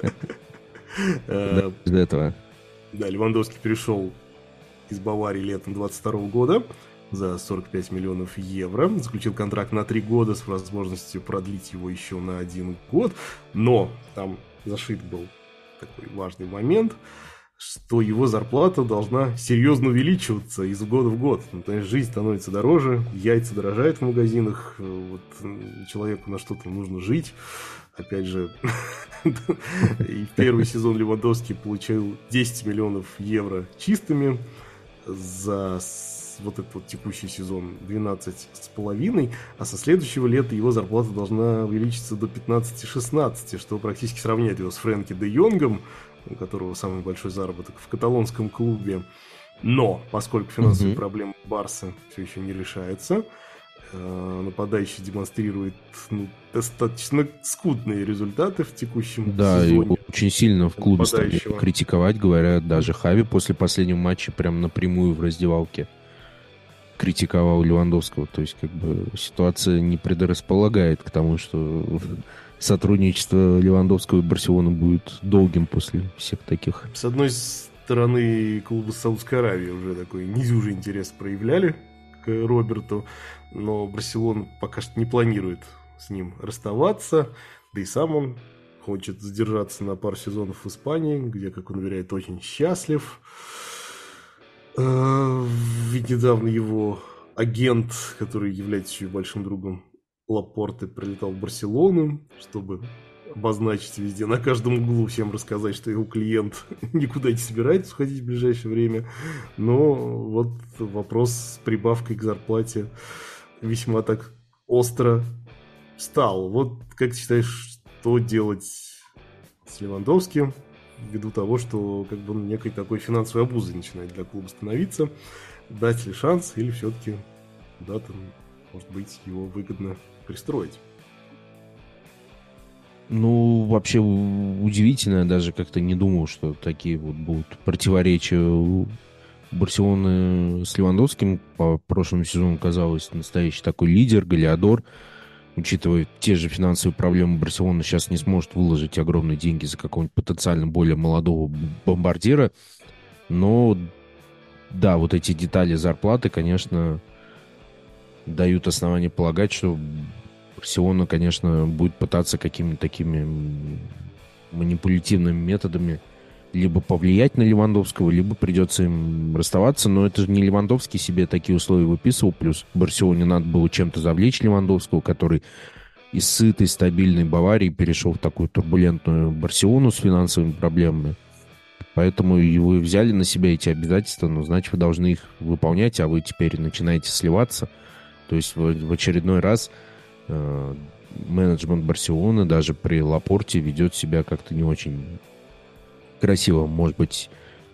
Из этого. Да, Левандовский перешел из Баварии летом двадцать второго года за сорок пять миллионов евро. Заключил контракт на три года с возможностью продлить его еще на один год. Но там зашит был такой важный момент, что его зарплата должна серьезно увеличиваться из года в год. Ну, то есть жизнь становится дороже, яйца дорожают в магазинах, вот, человеку на что-то нужно жить. Опять же, и в первый сезон Левандовский получил десять миллионов евро чистыми, за вот этот вот текущий сезон двенадцать с половиной, а со следующего лета его зарплата должна увеличиться до пятнадцать-шестнадцать, что практически сравняет его с Фрэнки де Йонгом, у которого самый большой заработок в каталонском клубе. Но, поскольку финансовые mm-hmm. проблемы Барса все еще не решаются, э, нападающий демонстрирует ну, достаточно скудные результаты в текущем да, сезоне. Да, очень сильно в клубе стали критиковать, говорят, даже Хави после последнего матча прям напрямую в раздевалке критиковал Левандовского. То есть, как бы, ситуация не предрасполагает к тому, что сотрудничество Левандовского и Барселоны будет долгим после всех таких. С одной стороны, клубы Саудовской Аравии уже такой недюжий интерес проявляли к Роберту, но Барселона пока что не планирует с ним расставаться, да и сам он хочет задержаться на пару сезонов в Испании, где, как он уверяет, очень счастлив. Ведь недавно его агент, который является еще большим другом Лапорты, прилетал в Барселону, чтобы обозначить везде, на каждом углу всем рассказать, что его клиент никуда не собирается уходить в ближайшее время. Но вот вопрос с прибавкой к зарплате весьма так остро встал. Вот как ты считаешь, что делать с Левандовским ввиду того, что как бы некой такой финансовой обузой начинает для клуба становиться? Дать ли шанс или все-таки куда-то, может быть, его выгодно пристроить? Ну, вообще удивительно, я даже как-то не думал, что такие вот будут противоречия у Барселоны с Левандовским. По прошлому сезону казалось настоящий такой лидер, голеадор. Учитывая те же финансовые проблемы, Барселона сейчас не сможет выложить огромные деньги за какого-нибудь потенциально более молодого бомбардира. Но да, вот эти детали зарплаты, конечно, дают основание полагать, что Барселона, конечно, будет пытаться какими-то такими манипулятивными методами либо повлиять на Левандовского, либо придется им расставаться. Но это же не Левандовский себе такие условия выписывал. Плюс Барселоне надо было чем-то завлечь Левандовского, который из сытой, стабильной Баварии перешел в такую турбулентную Барселону с финансовыми проблемами. Поэтому и вы взяли на себя эти обязательства, но значит, вы должны их выполнять, а вы теперь начинаете сливаться. То есть в, в очередной раз э, менеджмент Барселоны даже при Лапорте ведет себя как-то не очень красиво. Может быть,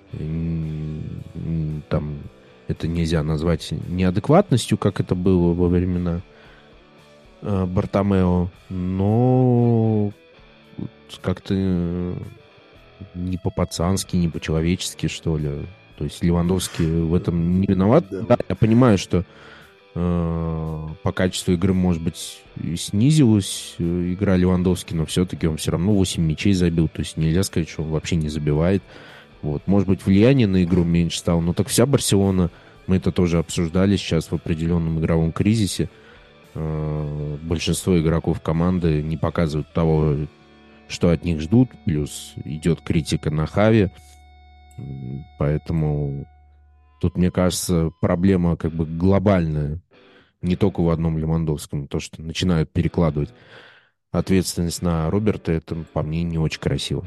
там это нельзя назвать неадекватностью, как это было во времена э, Бартомео, но как-то не по-пацански, не по-человечески, что ли. То есть Левандовский в этом не виноват. Да, да, я понимаю, что э, по качеству игры, может быть, и снизилась игра Левандовски, но все-таки он все равно восемь мячей забил. То есть нельзя сказать, что он вообще не забивает. Вот. Может быть, влияние на игру меньше стало, но так вся Барселона, мы это тоже обсуждали сейчас в определенном игровом кризисе. Э, большинство игроков команды не показывают того, что от них ждут, плюс идет критика на Хави. Поэтому тут, мне кажется, проблема как бы глобальная. Не только в одном Левандовском. То, что начинают перекладывать ответственность на Роберта, это, по мне, не очень красиво.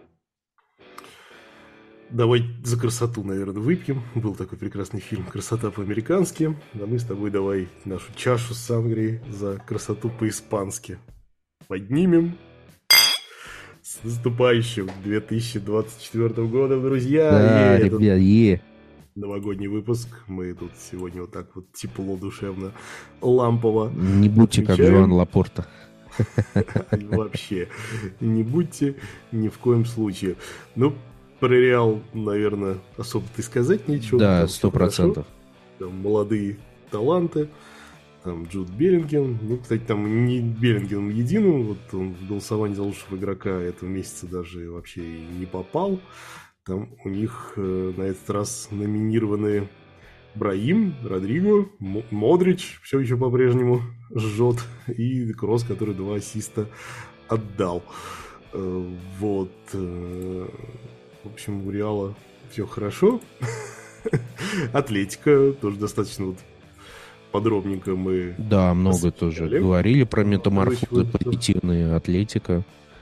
Давай за красоту, наверное, выпьем. Был такой прекрасный фильм «Красота по-американски». А мы с тобой давай нашу чашу с сангрией за красоту по-испански поднимем. С наступающим две тысячи двадцать четвёртым годом, друзья! Да, ребят, е. Новогодний выпуск. Мы тут сегодня вот так вот тепло, душевно, лампово не будьте отмечаем. Как Жоан Лапорта. Вообще. Не будьте ни в коем случае. Ну, про Реал, наверное, особо-то и сказать нечего. Да, сто процентов. Молодые таланты. Там Джуд Беллингем. Ну, кстати, там не Беллингем единым. Вот он в голосовании за лучшего игрока этого месяца даже вообще и не попал. Там у них э, на этот раз номинированы Браим, Родриго, М- Модрич, все еще по-прежнему жжет, и Кросс, который два ассиста отдал. Э, вот. Э, в общем, у Реала все хорошо. Атлетика тоже достаточно вот подробненько мы... Да, много тоже говорили про метаморфозы позитивные, Атлетика.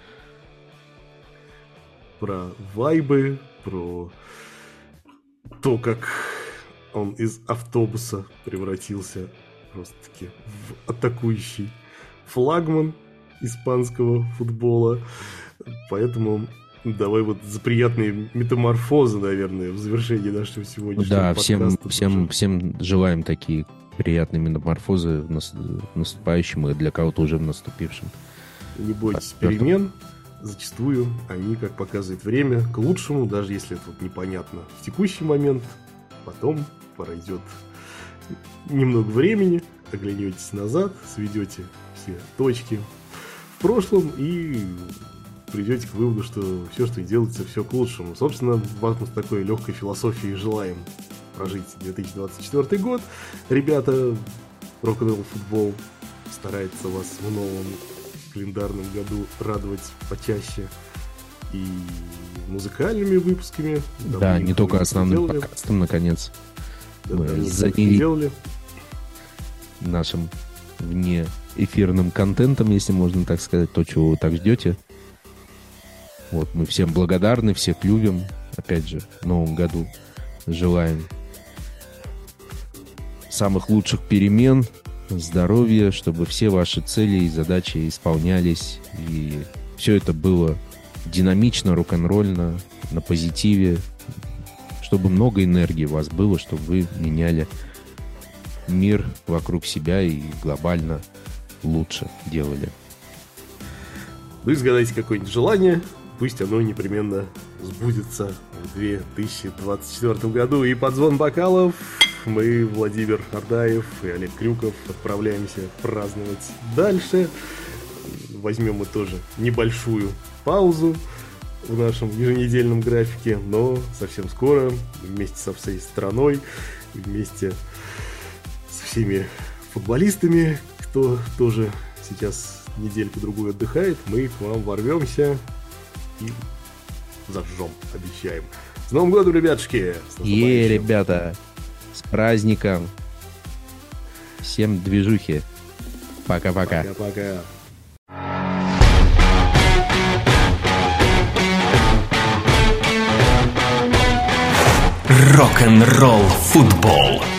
Про вайбы, про то, как он из автобуса превратился просто-таки в атакующий флагман испанского футбола. Поэтому давай вот за приятные метаморфозы, наверное, в завершении нашего сегодняшнего да, подкаста. Да, всем, всем, всем желаем такие приятные метаморфозы в, нас, в наступающем и для кого-то уже в наступившем. Не бойтесь перемен. Зачастую они, как показывает время, к лучшему, даже если это вот непонятно в текущий момент. Потом пройдет немного времени, оглянетесь назад, сведете все точки в прошлом и придете к выводу, что все, что делается, все к лучшему. Собственно, вам с такой легкой философией желаем прожить две тысячи двадцать четвёртый год. Ребята, рок-н-ролл футбол старается вас в новом календарном году радовать почаще и музыкальными выпусками. Да, да не только основным делали. Подкастом, наконец. Да, мы занялись нашим вне эфирным контентом, если можно так сказать, то, чего вы так ждете. Вот, мы всем благодарны, всех любим. Опять же, в новом году желаем самых лучших перемен, здоровья, чтобы все ваши цели и задачи исполнялись. И все это было динамично, рок-н-ролльно, на позитиве. Чтобы много энергии у вас было, чтобы вы меняли мир вокруг себя и глобально лучше делали. Ну и загадайте какое-нибудь желание, пусть оно непременно сбудется в две тысячи двадцать четвёртом году. И под звон бокалов мы, Владимир Ардаев и Олег Крюков, отправляемся праздновать дальше. Возьмем мы тоже небольшую паузу в нашем еженедельном графике, но совсем скоро вместе со всей страной, вместе со всеми футболистами, кто тоже сейчас недельку-другую отдыхает, мы к вам ворвемся и зажжем, обещаем. С Новым годом, ребятушки! Е, ребята, с праздником! Всем движухи! Пока-пока! Пока-пока! Рок-н-ролл футбол.